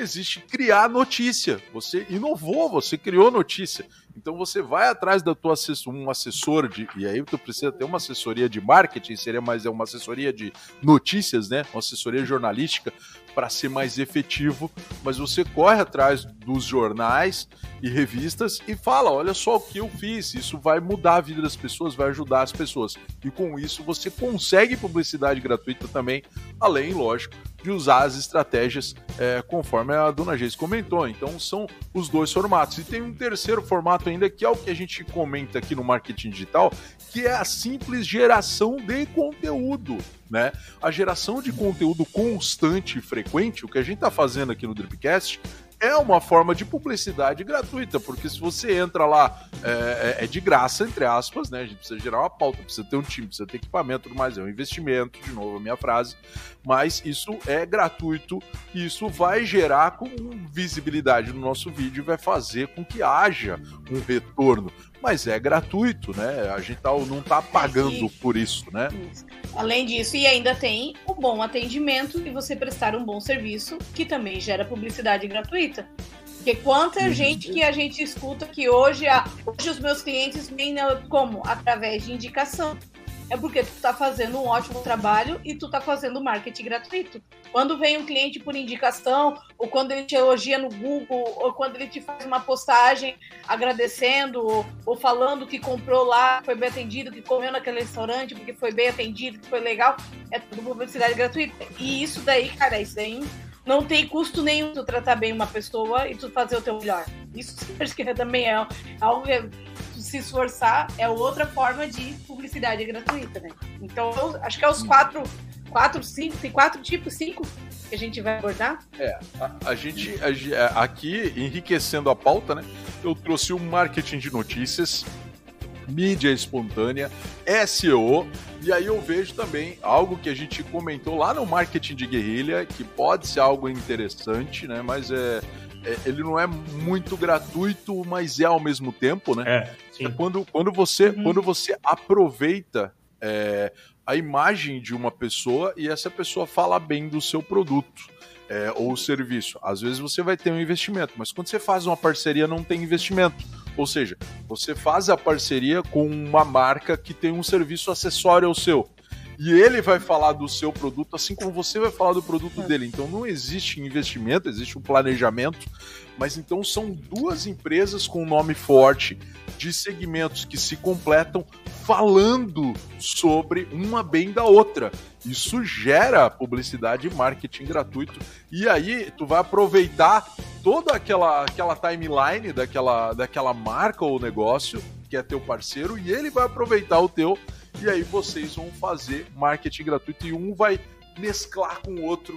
A: existe criar notícia. Você inovou, você criou notícia. Então você vai atrás da tua um assessor e aí tu precisa ter uma assessoria de marketing, seria mais uma assessoria de notícias, né? Uma assessoria jornalística para ser mais efetivo, mas você corre atrás dos jornais e revistas e fala, olha só o que eu fiz, isso vai mudar a vida das pessoas, vai ajudar as pessoas. E com isso você consegue publicidade gratuita também, além, lógico, de usar as estratégias conforme a dona Geise comentou. Então são os dois formatos. E tem um terceiro formato ainda, que é o que a gente comenta aqui no marketing digital, que é a simples geração de conteúdo, né? A geração de conteúdo constante e frequente, o que a gente está fazendo aqui no Dripcast, é uma forma de publicidade gratuita, porque se você entra lá, é de graça, entre aspas, né? A gente precisa gerar uma pauta, precisa ter um time, precisa ter equipamento, tudo mais, é um investimento, de novo a minha frase, mas isso é gratuito e isso vai gerar com visibilidade no nosso vídeo e vai fazer com que haja um retorno. Mas é gratuito, né? A gente não tá pagando por isso, né?
D: Além disso, e ainda tem o bom atendimento e você prestar um bom serviço, que também gera publicidade gratuita. Porque quanta gente que a gente escuta que hoje os meus clientes vêm como? Através de indicação. É porque tu tá fazendo um ótimo trabalho e tu tá fazendo marketing gratuito. Quando vem um cliente por indicação, ou quando ele te elogia no Google, ou quando ele te faz uma postagem agradecendo, ou falando que comprou lá, foi bem atendido, que comeu naquele restaurante porque foi bem atendido, que foi legal, é tudo publicidade gratuita. E isso daí, cara, isso daí não tem custo nenhum tu tratar bem uma pessoa e tu fazer o teu melhor. Isso acho que também é algo que se esforçar, é outra forma de publicidade gratuita, né? Então, acho que é os 4, 5, tem 4 tipos, 5 que a gente vai abordar.
A: A gente aqui, enriquecendo a pauta, né? Eu trouxe o marketing de notícias, mídia espontânea, SEO, e aí eu vejo também algo que a gente comentou lá no marketing de guerrilha, que pode ser algo interessante, né? Mas ele não é muito gratuito, mas é ao mesmo tempo, né? Quando você aproveita a imagem de uma pessoa e essa pessoa fala bem do seu produto ou serviço. Às vezes você vai ter um investimento, mas quando você faz uma parceria não tem investimento. Ou seja, você faz a parceria com uma marca que tem um serviço acessório ao seu. E ele vai falar do seu produto, assim como você vai falar do produto dele. Então não existe investimento, existe um planejamento, mas então são duas empresas com nome forte, de segmentos que se completam, falando sobre uma bem da outra. Isso gera publicidade e marketing gratuito. E aí tu vai aproveitar toda aquela timeline daquela marca ou negócio que é teu parceiro, e ele vai aproveitar o teu. E aí vocês vão fazer marketing gratuito e um vai mesclar com o outro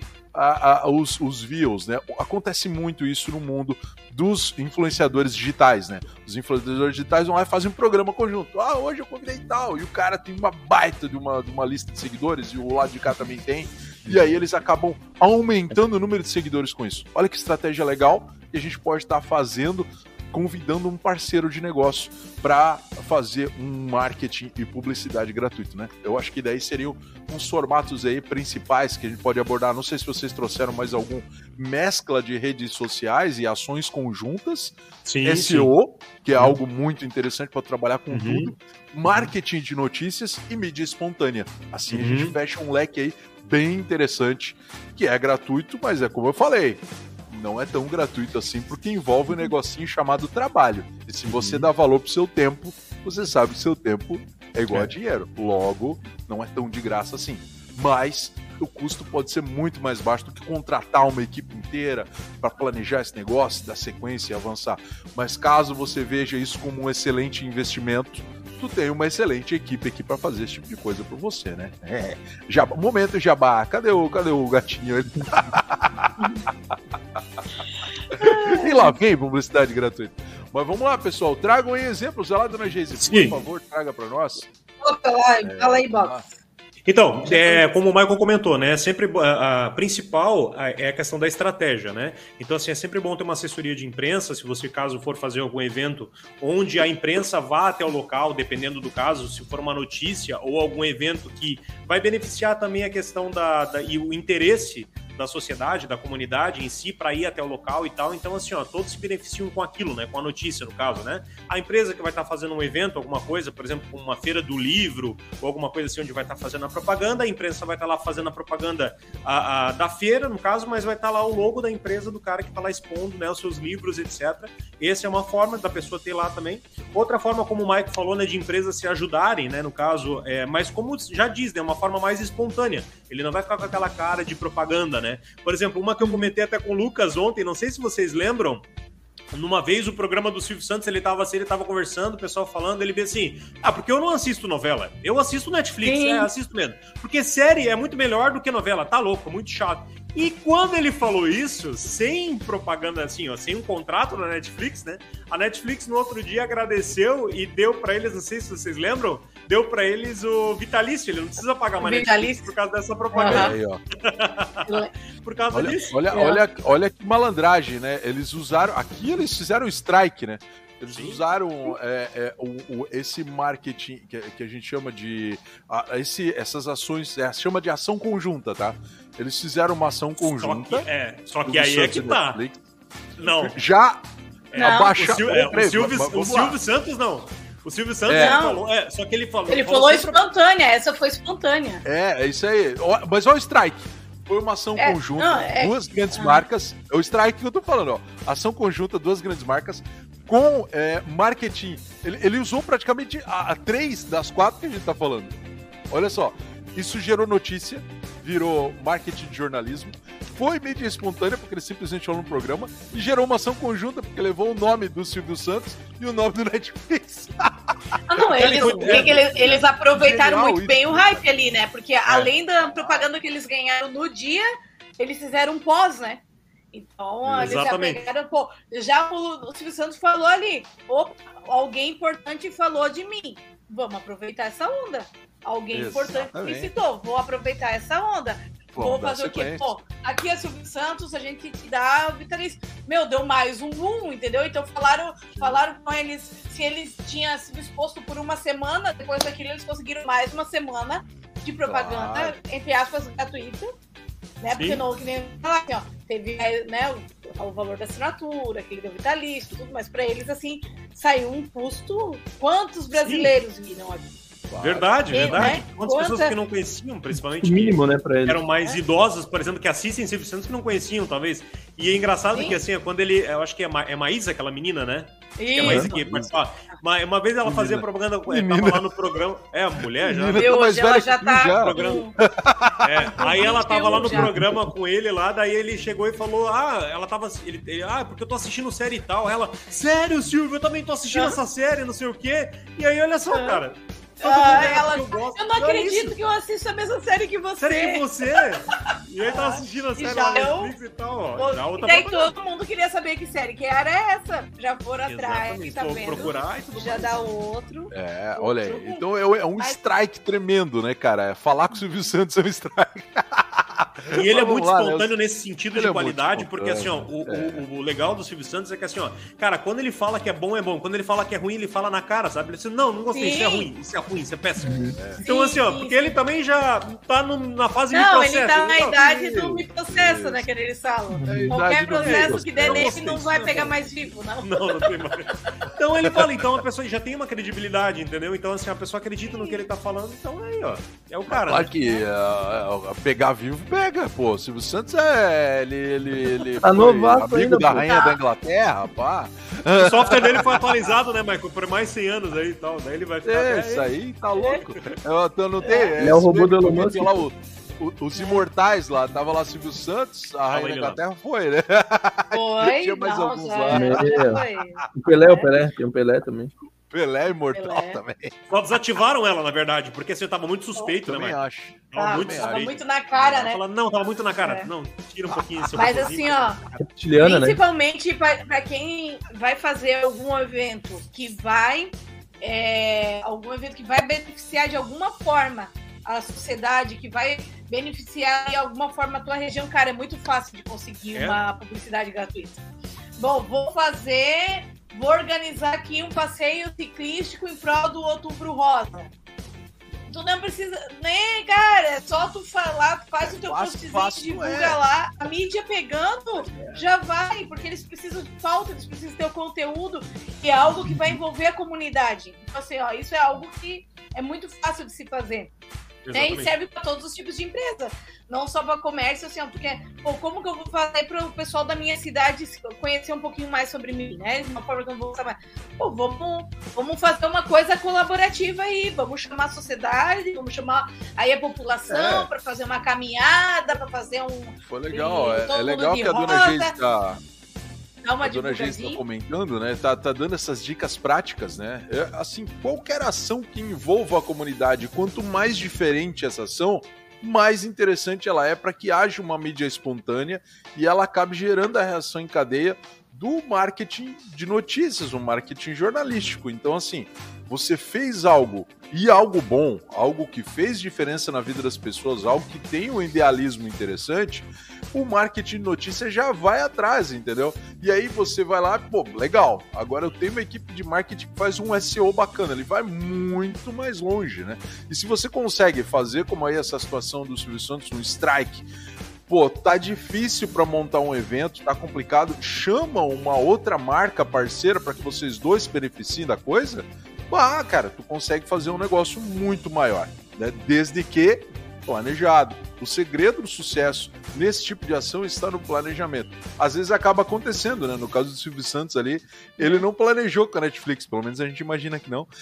A: os views, né? Acontece muito isso no mundo dos influenciadores digitais, né? Os influenciadores digitais vão lá e fazem um programa conjunto. Hoje eu convidei tal, e o cara tem uma baita de uma lista de seguidores, e o lado de cá também tem. E aí eles acabam aumentando o número de seguidores com isso. Olha que estratégia legal que a gente pode estar fazendo, convidando um parceiro de negócio para fazer um marketing e publicidade gratuito, né? Eu acho que daí seriam uns formatos aí principais que a gente pode abordar. Não sei se vocês trouxeram mais algum mescla de redes sociais e ações conjuntas.
C: Sim,
A: SEO, que é algo muito interessante para trabalhar com tudo. Marketing de notícias e mídia espontânea. Assim a gente fecha um leque aí bem interessante, que é gratuito, mas é como eu falei, não é tão gratuito assim, porque envolve um negocinho chamado trabalho. E se você dá valor pro seu tempo, você sabe que seu tempo é igual a dinheiro. Logo, não é tão de graça assim. Mas o custo pode ser muito mais baixo do que contratar uma equipe inteira para planejar esse negócio, dar sequência e avançar. Mas caso você veja isso como um excelente investimento, tu tem uma excelente equipe aqui para fazer esse tipo de coisa por você, né? Jabá, momento Jabá, cadê o gatinho? E lá vem publicidade gratuita. Mas vamos lá, pessoal, tragam aí exemplos. Olha lá, dona Geise, por favor, traga para nós.
D: Fala aí, Bob.
C: Então, como o Michael comentou, né? Sempre a principal é a questão da estratégia, né? Então, assim, é sempre bom ter uma assessoria de imprensa, se você, caso for fazer algum evento onde a imprensa vá até o local, dependendo do caso, se for uma notícia ou algum evento que vai beneficiar também a questão e o interesse da sociedade, da comunidade em si, para ir até o local e tal. Então, assim, ó, todos se beneficiam com aquilo, né? Com a notícia, no caso, né? A empresa que vai estar fazendo um evento, alguma coisa, por exemplo, uma feira do livro, ou alguma coisa assim, onde vai estar fazendo a propaganda, a imprensa vai estar lá fazendo a propaganda da feira, no caso, mas vai estar lá o logo da empresa do cara que está lá expondo, né, os seus livros, etc. Essa é uma forma da pessoa ter lá também. Outra forma, como o Mike falou, né, de empresas se ajudarem, né, no caso, mas como já diz, né, uma forma mais espontânea. Ele não vai ficar com aquela cara de propaganda, né? Por exemplo, uma que eu comentei até com o Lucas ontem, não sei se vocês lembram, numa vez o programa do Silvio Santos, ele tava conversando, o pessoal falando, ele veio assim, porque eu não assisto novela, eu assisto Netflix, assisto mesmo, porque série é muito melhor do que novela, tá louco, muito chato. E quando ele falou isso, sem propaganda assim, ó, sem um contrato na Netflix, né? A Netflix no outro dia agradeceu e deu pra eles, não sei se vocês lembram, deu pra eles o vitalício, ele não precisa pagar mais Netflix por causa dessa propaganda.
A: Aí, ó.
C: Por causa disso.
A: Olha que malandragem, né? Eles usaram, aqui eles fizeram strike, né? Eles usaram esse marketing que a gente chama de... essas ações, chama de ação conjunta, tá? Eles fizeram uma ação conjunta.
C: Só que aí é que tá.
A: Netflix.
C: Não.
A: Já abaixaram...
C: O Silvio Santos não. O Silvio Santos ele falou, só que ele falou...
D: Ele falou espontânea, essa foi espontânea.
A: É isso aí. Mas olha o strike. Foi uma ação conjunta, duas grandes marcas. É o strike que eu tô falando, ó. Ação conjunta, duas grandes marcas, com marketing. Ele usou praticamente a 3 das 4 que a gente tá falando. Olha só, isso gerou notícia, virou marketing de jornalismo, foi mídia espontânea, porque ele simplesmente falou no programa, e gerou uma ação conjunta, porque levou o nome do Silvio Santos e o nome do Netflix.
D: Não, eles aproveitaram muito bem o hype ali, né? Porque além da propaganda que eles ganharam no dia, eles fizeram um pós, né? Então, eles já pegaram... já o Silvio Santos falou ali, alguém importante falou de mim. Vamos aproveitar essa onda. Alguém importante me citou. Vou aproveitar essa onda. Vou fazer o quê? Aqui é Silvio Santos, a gente te dá o vitalício. Meu, deu mais um boom, entendeu? Então falaram com eles, se eles tinham sido exposto por uma semana, depois daquilo eles conseguiram mais uma semana de propaganda, entre aspas, gratuita. Né? Porque não, que nem falar assim, ó, teve, né, o valor da assinatura, aquele do vitalício, tudo, mas para eles, assim, saiu um custo. Quantos brasileiros viram aqui?
C: Verdade. Né? Quantas pessoas que não conheciam, principalmente,
B: mínimo, né, pra eles.
C: Eram mais idosas, por exemplo, que assistem Silvio Santos, que não conheciam, talvez. E é engraçado que, assim, quando ele... Eu acho que é Maísa, aquela menina, né? Que é Maísa que participava. Uma vez ela fazia propaganda, tava lá no programa... a mulher já...
D: Hoje ela já tá...
C: Aí ela tava lá no programa com ele lá, daí ele chegou e falou, ela tava... porque eu tô assistindo série e tal. Ela, sério, Silvio, eu também tô assistindo essa série, não sei o quê. E aí, olha só, cara...
D: eu não acredito que eu assisto a mesma série que você.
C: E aí tá assistindo a série
D: na
C: Netflix e tal, ó.
D: E daí todo mundo queria saber que série que era essa. Já foram atrás, tá vendo?
C: Procurar e tudo
D: já mais. Dá outro.
A: Olha aí. Então é um strike tremendo, né, cara? Falar com o Silvio Santos é um strike.
C: E ele é muito espontâneo nesse sentido de qualidade, porque assim, ó, o legal do Silvio Santos é que assim, ó, cara, quando ele fala que é bom, é bom. Quando ele fala que é ruim, ele fala na cara, sabe? Ele diz, não gostei, isso é ruim, isso é péssimo. Então assim, ó, porque ele também já tá na fase de processo.
D: Não, ele tá na idade do me processa, né, que eles falam. Qualquer processo que der nele não vai pegar mais vivo, não.
C: Não tem mais. Então ele fala, então a pessoa já tem uma credibilidade, entendeu? Então assim, a pessoa acredita no que ele tá falando, então aí, ó, é o cara.
A: Claro que pegar vivo, pega, pô. Silvio Santos ele
B: tá novato
A: amigo
B: ainda,
A: da rainha da Inglaterra, pá.
C: O software dele foi atualizado, né, Michael? Por mais 100 anos aí e tal. Daí ele vai ficar...
A: Isso aí, tá louco. Eu não tenho...
B: Ele é o robô do Elon Musk.
A: Os Imortais lá, tava lá Silvio Santos, a rainha da Inglaterra foi, né?
D: Foi,
A: tinha mais alguns lá.
B: O Pelé, tem um Pelé também.
A: Pelé imortal também.
C: Só desativaram ela, na verdade, porque você tava muito suspeito, né,
A: Mike?
C: Acho.
D: Tava muito na cara, né?
C: Não, tava muito na cara. Não, tira um pouquinho esse
D: Mas assim, ó, principalmente pra quem vai fazer algum evento que vai beneficiar de alguma forma a sociedade, que vai beneficiar de alguma forma a tua região, cara, é muito fácil de conseguir uma publicidade gratuita. Bom, vou organizar aqui um passeio ciclístico em prol do Outubro Rosa. Tu não precisa, nem, cara, é só tu falar, tu faz o teu postzinho, divulga lá, a mídia pegando, já vai, porque eles precisam de pauta, eles precisam ter o conteúdo, e é algo que vai envolver a comunidade. Então, assim, ó, isso é algo que é muito fácil de se fazer. Né? E serve para todos os tipos de empresa, não só para comércio, assim, ó, porque, pô, como que eu vou fazer para o pessoal da minha cidade conhecer um pouquinho mais sobre mim, né? De uma forma que eu vou saber. Pô, vamos fazer uma coisa colaborativa aí, vamos chamar a sociedade, vamos chamar aí a população para fazer uma caminhada, para fazer um.
A: Foi legal, é legal que a dona Geise está. A dona Geise está comentando, né? Tá dando essas dicas práticas, né? Assim, qualquer ação que envolva a comunidade, quanto mais diferente essa ação, mais interessante ela é para que haja uma mídia espontânea e ela acabe gerando a reação em cadeia do marketing de notícias, um marketing jornalístico. Então, assim, você fez algo, e algo bom, algo que fez diferença na vida das pessoas, algo que tem um idealismo interessante, o marketing de notícias já vai atrás, entendeu? E aí você vai lá, pô, legal, agora eu tenho uma equipe de marketing que faz um SEO bacana, ele vai muito mais longe, né? E se você consegue fazer, como aí essa situação do Silvio Santos, um strike, pô, tá difícil para montar um evento, tá complicado, chama uma outra marca parceira para que vocês dois se beneficiem da coisa, cara, tu consegue fazer um negócio muito maior, né? Desde que planejado. O segredo do sucesso nesse tipo de ação está no planejamento. Às vezes acaba acontecendo, né? No caso do Silvio Santos ali, ele não planejou com a Netflix, pelo menos a gente imagina que não.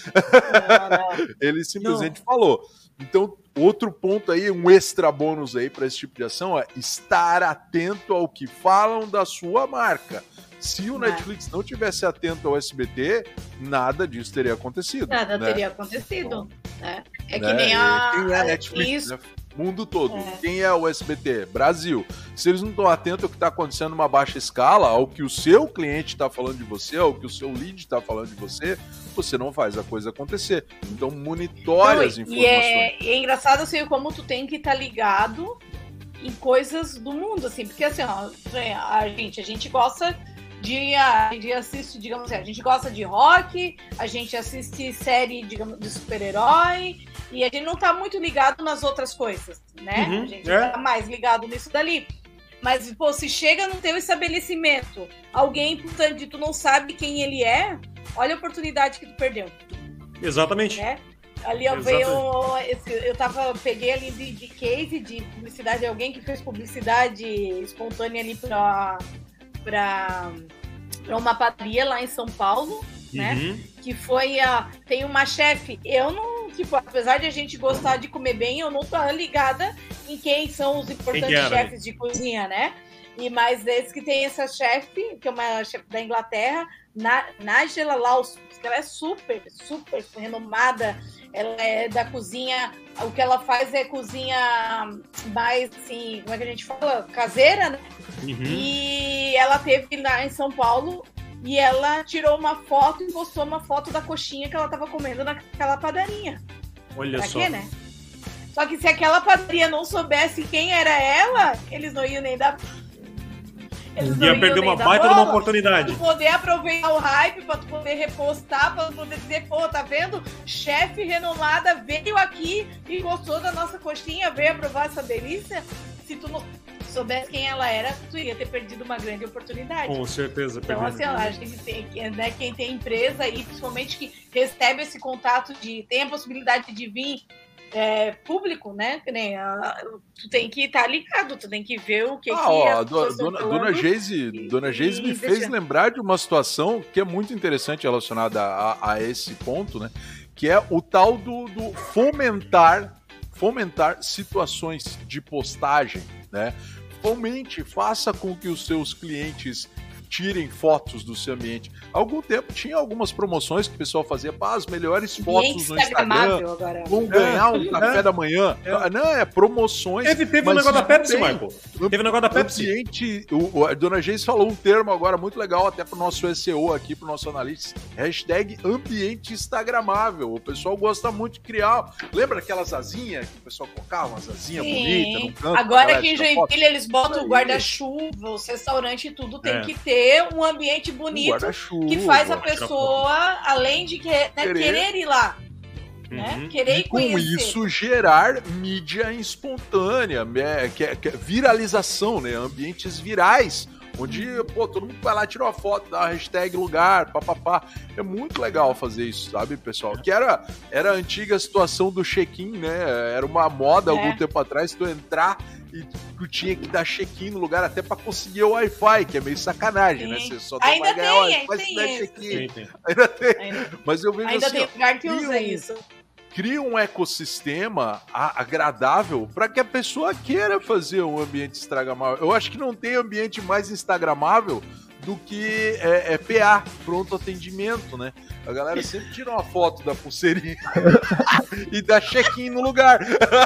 A: Não. Ele simplesmente falou. Então, outro ponto aí, um extra bônus aí para esse tipo de ação é estar atento ao que falam da sua marca. Se o Netflix não tivesse atento ao SBT, nada disso teria acontecido.
D: Nada teria acontecido. Né? É que nem a...
A: Quem é a Netflix, né? Mundo todo. Quem é o SBT? Brasil. Se eles não estão atentos ao que está acontecendo numa baixa escala, ao que o seu cliente está falando de você, ao que o seu lead está falando de você, você não faz a coisa acontecer. Então, monitore as informações.
D: E é engraçado, assim, como tu tem que estar ligado em coisas do mundo, assim, porque, assim, ó, a gente gosta de assistir, digamos assim, a gente gosta de rock, a gente assiste série, digamos, de super-herói, e a gente não tá muito ligado nas outras coisas, né? A gente tá mais ligado nisso dali. Mas, pô, se chega no teu estabelecimento, alguém importante, tu não sabe quem ele é, olha a oportunidade que tu perdeu.
C: Exatamente.
D: Né? Ali eu peguei ali de case de publicidade, de alguém que fez publicidade espontânea ali para uma padaria lá em São Paulo, né? Que foi tem uma chefe, eu não, tipo, apesar de a gente gostar de comer bem, eu não tô ligada em quem são os importantes chefes de cozinha, né? Mas esse que tem essa chefe, que é uma chefe da Inglaterra, Nigella Lawson, que ela é super, super renomada, ela é da cozinha, o que ela faz é cozinha mais, assim, como é que a gente fala? Caseira, né? E ela teve lá em São Paulo e ela tirou uma foto e postou uma foto da coxinha que ela tava comendo naquela padaria.
C: Olha
D: pra
C: só.
D: Quê, né? Só que se aquela padaria não soubesse quem era ela, eles não iam nem dar...
C: Ia perder uma baita de uma oportunidade.
D: Pra tu poder aproveitar o hype, pra tu poder repostar, pra tu poder dizer, pô, tá vendo? Chefe renomada veio aqui e gostou da nossa coxinha, veio aprovar essa delícia. Se tu não soubesse quem ela era, tu ia ter perdido uma grande oportunidade.
C: Com certeza.
D: Então, assim, a gente tem, né, quem tem empresa e principalmente que recebe esse contato tem a possibilidade de vir público, né? Que nem tu tem que estar ligado, tu tem que ver o que
A: Dona Geise me fez lembrar de uma situação que é muito interessante relacionada a esse ponto, né? Que é o tal do fomentar situações de postagem, né? Fomente, faça com que os seus clientes tirem fotos do seu ambiente. Há algum tempo tinha algumas promoções que o pessoal fazia para as melhores fotos no Instagram. Vão ganhar um café da manhã. Não, promoções.
C: Teve um negócio da Pepsi, Michael. Teve um negócio da Pepsi.
A: A Dona Geise falou um termo agora muito legal até para o nosso SEO aqui, para o nosso analista. #ambiente instagramável. O pessoal gosta muito de criar. Lembra aquelas asinhas que o pessoal colocava? Umas asinhas bonitas no canto.
D: Agora aqui em Joinville eles botam o guarda-chuva, os restaurantes e tudo tem que ter um ambiente bonito que faz a pessoa, além de querer ir lá. né? Querer
A: e com isso gerar mídia espontânea, que é viralização, né? Ambientes virais, onde todo mundo vai lá, tira uma foto, dá uma hashtag lugar, papapá. É muito legal fazer isso, sabe, pessoal? Que era a antiga situação do check-in, né? Era uma moda algum tempo atrás, tu entrar e tu tinha que dar check-in no lugar até pra conseguir o Wi-Fi, que é meio sacanagem, né? Você só
D: ainda
A: vai ganhar o
D: Wi-Fi
A: se der check-in.
C: Tem.
A: Ainda tem. Mas eu vejo
D: ainda
A: assim,
D: tem lugar que usa isso.
A: Cria um ecossistema agradável para que a pessoa queira fazer um ambiente instagramável. Eu acho que não tem ambiente mais instagramável do que PA, pronto atendimento, né? A galera sempre tira uma foto da pulseirinha e dá check-in no lugar.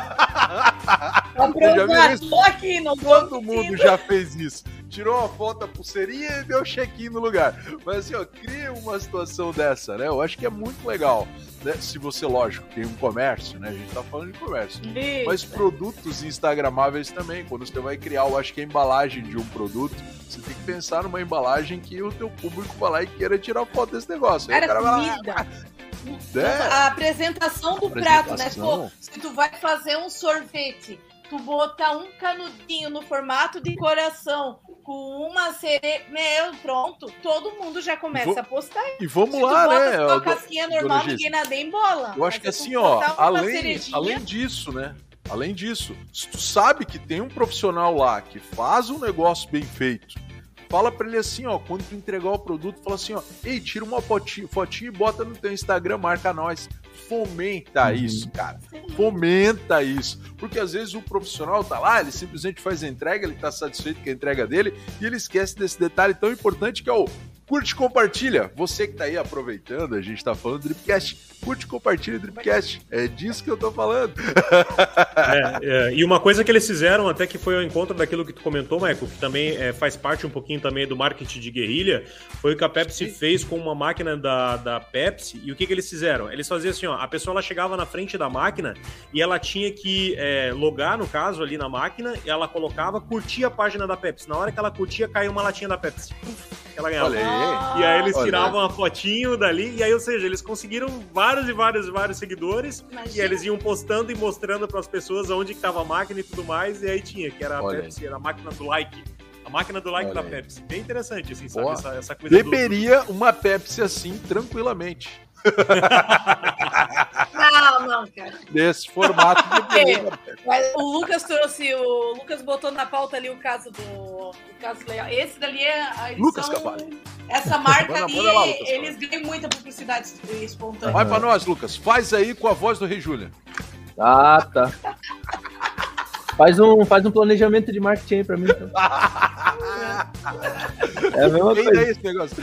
A: Todo mundo já fez isso. Tirou uma foto da pulseirinha e deu check-in no lugar. Mas assim, cria uma situação dessa, né? Eu acho que é muito legal. Né? Se você, lógico, tem um comércio, né? A gente tá falando de comércio. Isso. Mas produtos instagramáveis também. Quando você vai criar, eu acho que a embalagem de um produto, você tem que pensar numa embalagem que o teu público vai lá e queira tirar foto desse negócio.
D: Cara, comida. A apresentação do prato, né? Pô, se tu vai fazer um sorvete, tu botar um canudinho no formato de coração com uma cereja, pronto, todo mundo já começa a postar.
A: E vamos lá, né?
D: Uma casquinha normal, ninguém nada em bola.
A: Eu acho que assim, ó, além disso, né? Além disso, se tu sabe que tem um profissional lá que faz um negócio bem feito, fala pra ele assim, ó, quando tu entregar o produto, fala assim, ó, ei, tira uma fotinho e bota no teu Instagram, marca nós. Fomenta isso, cara. Fomenta isso. Porque às vezes o profissional tá lá, ele simplesmente faz a entrega, ele tá satisfeito com a entrega dele e ele esquece desse detalhe tão importante que é o curte e compartilha. Você que tá aí aproveitando, a gente tá falando do Dripcast, curte e compartilha o Dripcast. É disso que eu tô falando.
C: E uma coisa que eles fizeram, até que foi ao encontro daquilo que tu comentou, Michael, que também faz parte um pouquinho também do marketing de guerrilha, foi o que a Pepsi fez com uma máquina da Pepsi. E o que eles fizeram? Eles faziam assim, ó, a pessoa ela chegava na frente da máquina e ela tinha que logar, no caso, ali na máquina, e ela colocava, curtia a página da Pepsi. Na hora que ela curtia, caiu uma latinha da Pepsi. Ela ganhava. E aí eles tiravam uma fotinho dali, e aí, ou seja, eles conseguiram vários seguidores. Imagina. E eles iam postando e mostrando para as pessoas onde que tava a máquina e tudo mais, e aí tinha, que era a Pepsi, era a máquina do like. A máquina do like da Pepsi. Bem interessante, assim, sabe? Essa coisa
A: beberia uma Pepsi assim, tranquilamente.
D: Não, cara.
A: Nesse formato de
D: Mas o Lucas botou na pauta ali o caso legal. Esse dali é a edição,
A: Lucas Cavalli.
D: Essa marca ali, eles ganham muita publicidade espontânea.
A: Vai pra nós, Lucas. Faz aí com a voz do Rei Júlia.
B: Ah, tá. Faz um planejamento de marketing aí pra mim. Então. É a mesma coisa.
A: É esse negócio?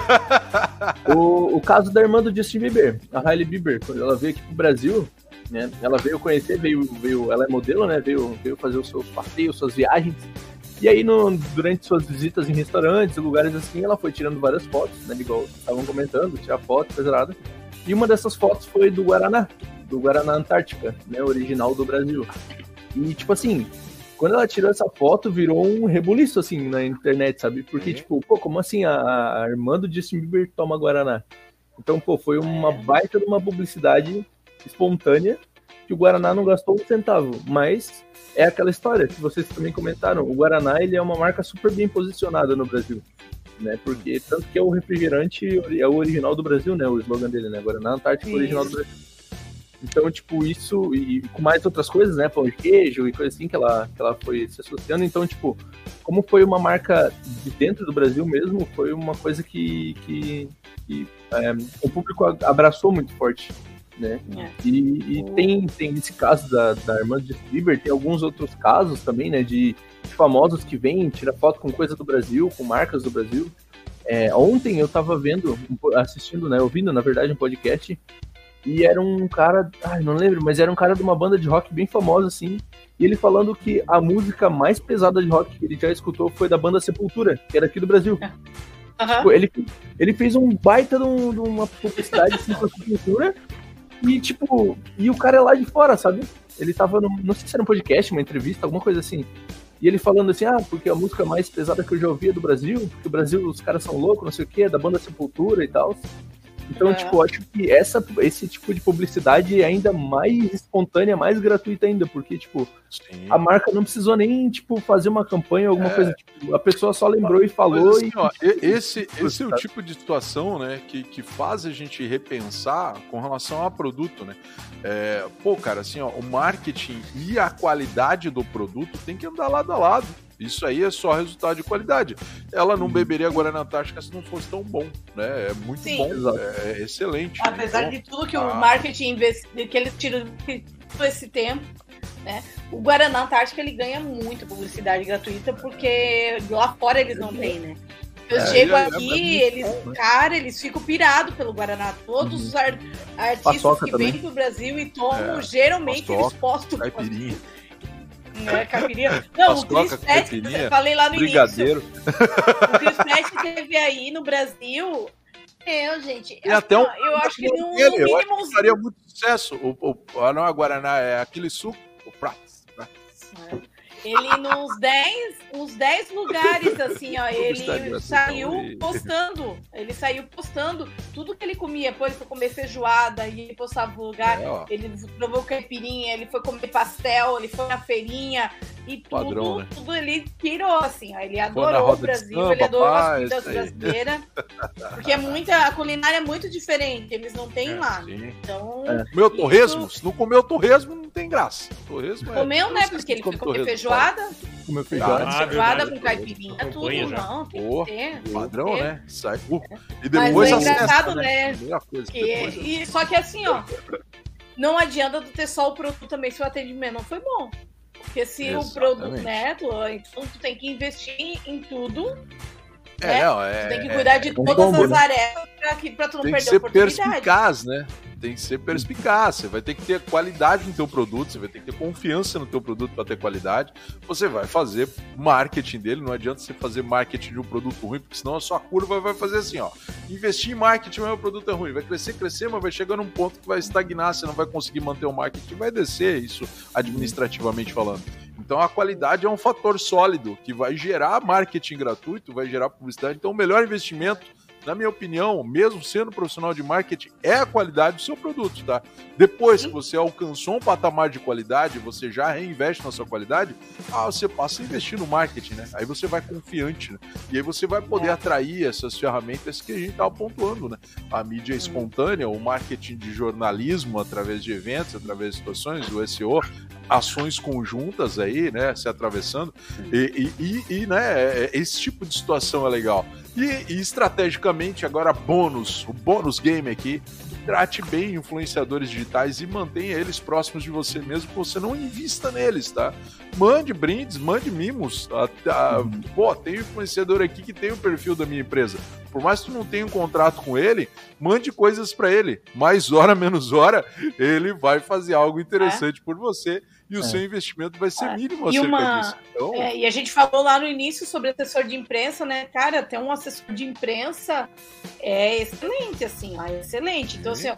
B: O caso da irmã do Justin Bieber, a Hailey Bieber, quando ela veio aqui pro Brasil, né, ela veio conhecer, ela é modelo, né, veio fazer os seus passeios, suas viagens. E aí, durante suas visitas em restaurantes e lugares assim, ela foi tirando várias fotos, né, igual estavam comentando, tirar foto, coisa nada. E uma dessas fotos foi do Guaraná Antártica, né, original do Brasil. E, tipo assim, quando ela tirou essa foto, virou um rebuliço, assim, na internet, sabe? Porque, tipo, como assim a irmã do Justin Bieber toma Guaraná? Então, foi uma baita de uma publicidade espontânea que o Guaraná não gastou um centavo. Mas é aquela história que vocês também comentaram. O Guaraná, ele é uma marca super bem posicionada no Brasil, né? Porque tanto que é o refrigerante, é o original do Brasil, né? O slogan dele, né? Guaraná Antártica, original do Brasil. Então, tipo, isso, e com mais outras coisas, né, pão de queijo e coisa assim, que ela foi se associando. Então, tipo, como foi uma marca de dentro do Brasil mesmo, foi uma coisa que o público abraçou muito forte, né? E tem esse caso da irmã de Justin Bieber, tem alguns outros casos também, né, de famosos que vêm, tirar foto com coisa do Brasil, com marcas do Brasil. Ontem eu tava ouvindo, na verdade, um podcast. E era um cara, não lembro, mas era um cara de uma banda de rock bem famosa, assim. E ele falando que a música mais pesada de rock que ele já escutou foi da banda Sepultura, que era aqui do Brasil. Tipo, ele fez um baita de uma publicidade assim com a Sepultura. E, tipo, o cara é lá de fora, sabe? Ele tava, não sei se era um podcast, uma entrevista, alguma coisa assim. E ele falando assim, porque a música mais pesada que eu já ouvi é do Brasil, porque o Brasil, os caras são loucos, não sei o quê, da banda Sepultura e tal. Então, tipo, acho que esse tipo de publicidade é ainda mais espontânea, mais gratuita ainda, porque, tipo, a marca não precisou nem, tipo, fazer uma campanha ou alguma coisa, tipo, a pessoa só lembrou e falou.
A: Assim, ó, esse é o tipo de situação, né, que faz a gente repensar com relação ao produto, né? Cara, assim, ó, o marketing e a qualidade do produto tem que andar lado a lado. Isso aí é só resultado de qualidade. Ela não beberia Guaraná Antártica se não fosse tão bom, né? É muito bom, é excelente.
D: Apesar de tudo que o marketing que eles tiram todo esse tempo, né? O Guaraná Antártica ele ganha muito publicidade gratuita porque lá fora eles não têm, né? Eu chego aqui, eles ficam pirados pelo Guaraná. Todos os artistas Paçoca que vêm pro Brasil e tomam, geralmente Paçoca, eles postam.
A: Caipirinha.
D: Caipirinha. Não, o Chris Pratt, eu falei lá no
A: brigadeiro.
D: Início. O Chris Pratt teve aí no Brasil. Gente.
A: Tem até
D: eu acho que no
A: mínimo. Eu acho que faria muito sucesso. Não é Guaraná, é aquele suco, o Prats.
D: Ele nos 10 lugares, assim, ó, ele saiu postando. Ele saiu postando tudo que ele comia. Depois ele foi comer feijoada e ele postava no lugar. Ele provou caipirinha, ele foi comer pastel, ele foi na feirinha e tudo, padrão, né? Tudo ele pirou, assim, ó. Ele adorou o Brasil, ele adorou as comidas brasileiras. Porque a culinária é muito diferente, eles não têm lá.
A: Sim.
D: Então.
A: Comeu torresmo? Se não comeu torresmo, não tem graça. Torresmo
D: comeu, né? Porque ele foi comer feijoada.
B: Comeu feijoada
D: com caipirinha, tudo, não. Tem que ter.
A: Padrão, né? Sai. E depois
D: mas é engraçado, né? Só que assim, ó, não adianta tu ter só o produto também se o atendimento não foi bom. Porque se o produto, né, então tu tem que investir em tudo. Tu tem que cuidar de todas as áreas pra tu não perder a oportunidade.
A: Tem que ser perspicaz, né? Tem que ser perspicaz, você vai ter que ter qualidade no teu produto, você vai ter que ter confiança no teu produto para ter qualidade, você vai fazer marketing dele, não adianta você fazer marketing de um produto ruim, porque senão a sua curva vai fazer assim, ó, investir em marketing, mas o produto é ruim, vai crescer, mas vai chegar num ponto que vai estagnar, você não vai conseguir manter o marketing, vai descer isso administrativamente falando. Então a qualidade é um fator sólido que vai gerar marketing gratuito, vai gerar publicidade, então o melhor investimento, na minha opinião, mesmo sendo profissional de marketing, é a qualidade do seu produto, tá? Depois que você alcançou um patamar de qualidade, você já reinveste na sua qualidade, você passa a investir no marketing, né? Aí você vai confiante, né? E aí você vai poder atrair essas ferramentas que a gente tava pontuando, né? A mídia espontânea, o marketing de jornalismo através de eventos, através de situações, o SEO, ações conjuntas aí, né? Se atravessando. E né? Esse tipo de situação é legal. E estrategicamente, agora o bônus game aqui, trate bem influenciadores digitais e mantenha eles próximos de você mesmo, que você não invista neles, tá? Mande brindes, mande mimos. Tem um influenciador aqui que tem o perfil da minha empresa. Por mais que tu não tenha um contrato com ele, mande coisas para ele. Mais hora, menos hora, ele vai fazer algo interessante por você e o seu investimento vai ser mínimo acerca disso. Então...
D: e a gente falou lá no início sobre assessor de imprensa, né? Cara, ter um assessor de imprensa é excelente, assim, excelente. Então, assim,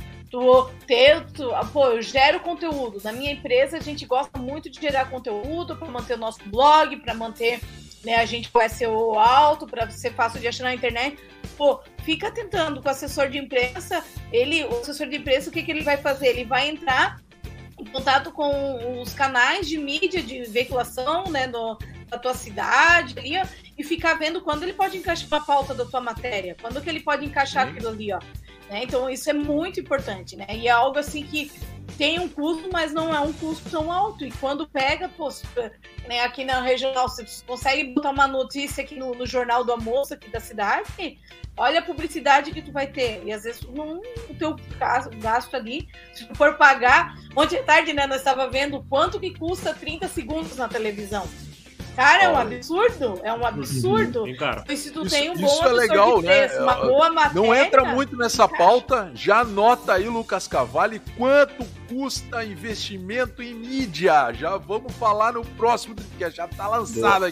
D: eu gero conteúdo. Na minha empresa, a gente gosta muito de gerar conteúdo para manter o nosso blog, para manter, né, a gente com SEO alto, para ser fácil de achar na internet. Fica tentando com o assessor de imprensa. O assessor de imprensa, o que ele vai fazer? Ele vai entrar em contato com os canais de mídia, de veiculação, né, da tua cidade ali, ó, e ficar vendo quando ele pode encaixar a pauta da tua matéria, quando que ele pode encaixar aquilo ali, ó. Né? Então isso é muito importante, né? E é algo assim que tem um custo, mas não é um custo tão alto. E quando pega, né, aqui na regional, você consegue botar uma notícia aqui no Jornal do Almoço aqui da cidade, olha a publicidade que tu vai ter. E às vezes o teu gasto ali, se tu for pagar, ontem à tarde, né, nós estava vendo quanto que custa 30 segundos na televisão. Cara, é um absurdo, Se tu tem um bom assessor
A: legal,
D: de preço,
A: né?
D: uma boa matéria...
A: Não entra muito nessa pauta, já anota aí, Lucas Cavalli, quanto custa investimento em mídia. Já vamos falar no próximo, que já tá lançado aqui, ó.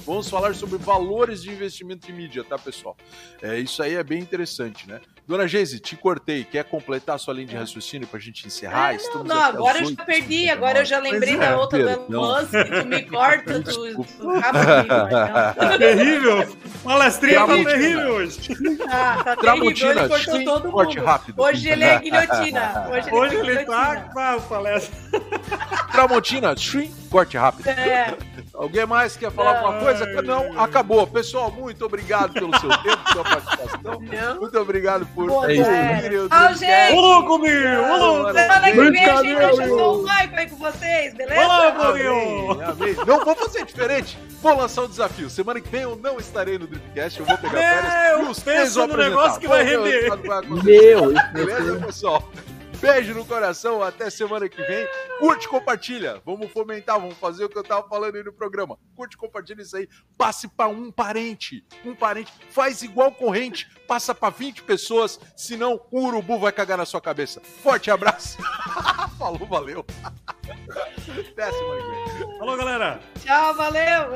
A: Vamos falar sobre valores de investimento em mídia, tá, pessoal? Isso aí é bem interessante, né? Dona Geise, te cortei. Quer completar a sua linha de raciocínio pra gente encerrar?
D: Não, agora eu já perdi. Agora eu já lembrei da outra do lance que tu me corta, tu acaba
C: terrível! Palestrinha tá terrível hoje.
D: Tá terrível, ele cortou todo mundo.
A: Rápido.
D: Hoje ele é guilhotina.
C: Hoje ele tá palestra.
A: Tramontina, corte rápido. Alguém mais quer falar alguma coisa? Não, acabou. Pessoal, muito obrigado pelo seu tempo, pela participação. Muito obrigado por
D: ouvirem o Dripcast.
C: Ô, louco, meu!
D: Semana que vem a gente ajudou o Michael aí com vocês, beleza?
A: Amém. Não vou fazer diferente. Vou lançar um desafio. Semana que vem eu não estarei no Dripcast, eu vou pegar férias e os três vão apresentar.
C: Negócio que vai render.
A: Beleza, pessoal? Beijo no coração, até semana que vem. Curte, compartilha. Vamos fomentar, vamos fazer o que eu tava falando aí no programa. Curte, compartilha isso aí. Passe para um parente. Faz igual corrente. Passa para 20 pessoas, senão o urubu vai cagar na sua cabeça. Forte abraço. Falou, valeu. Até semana que vem.
C: Falou, galera.
D: Tchau, valeu.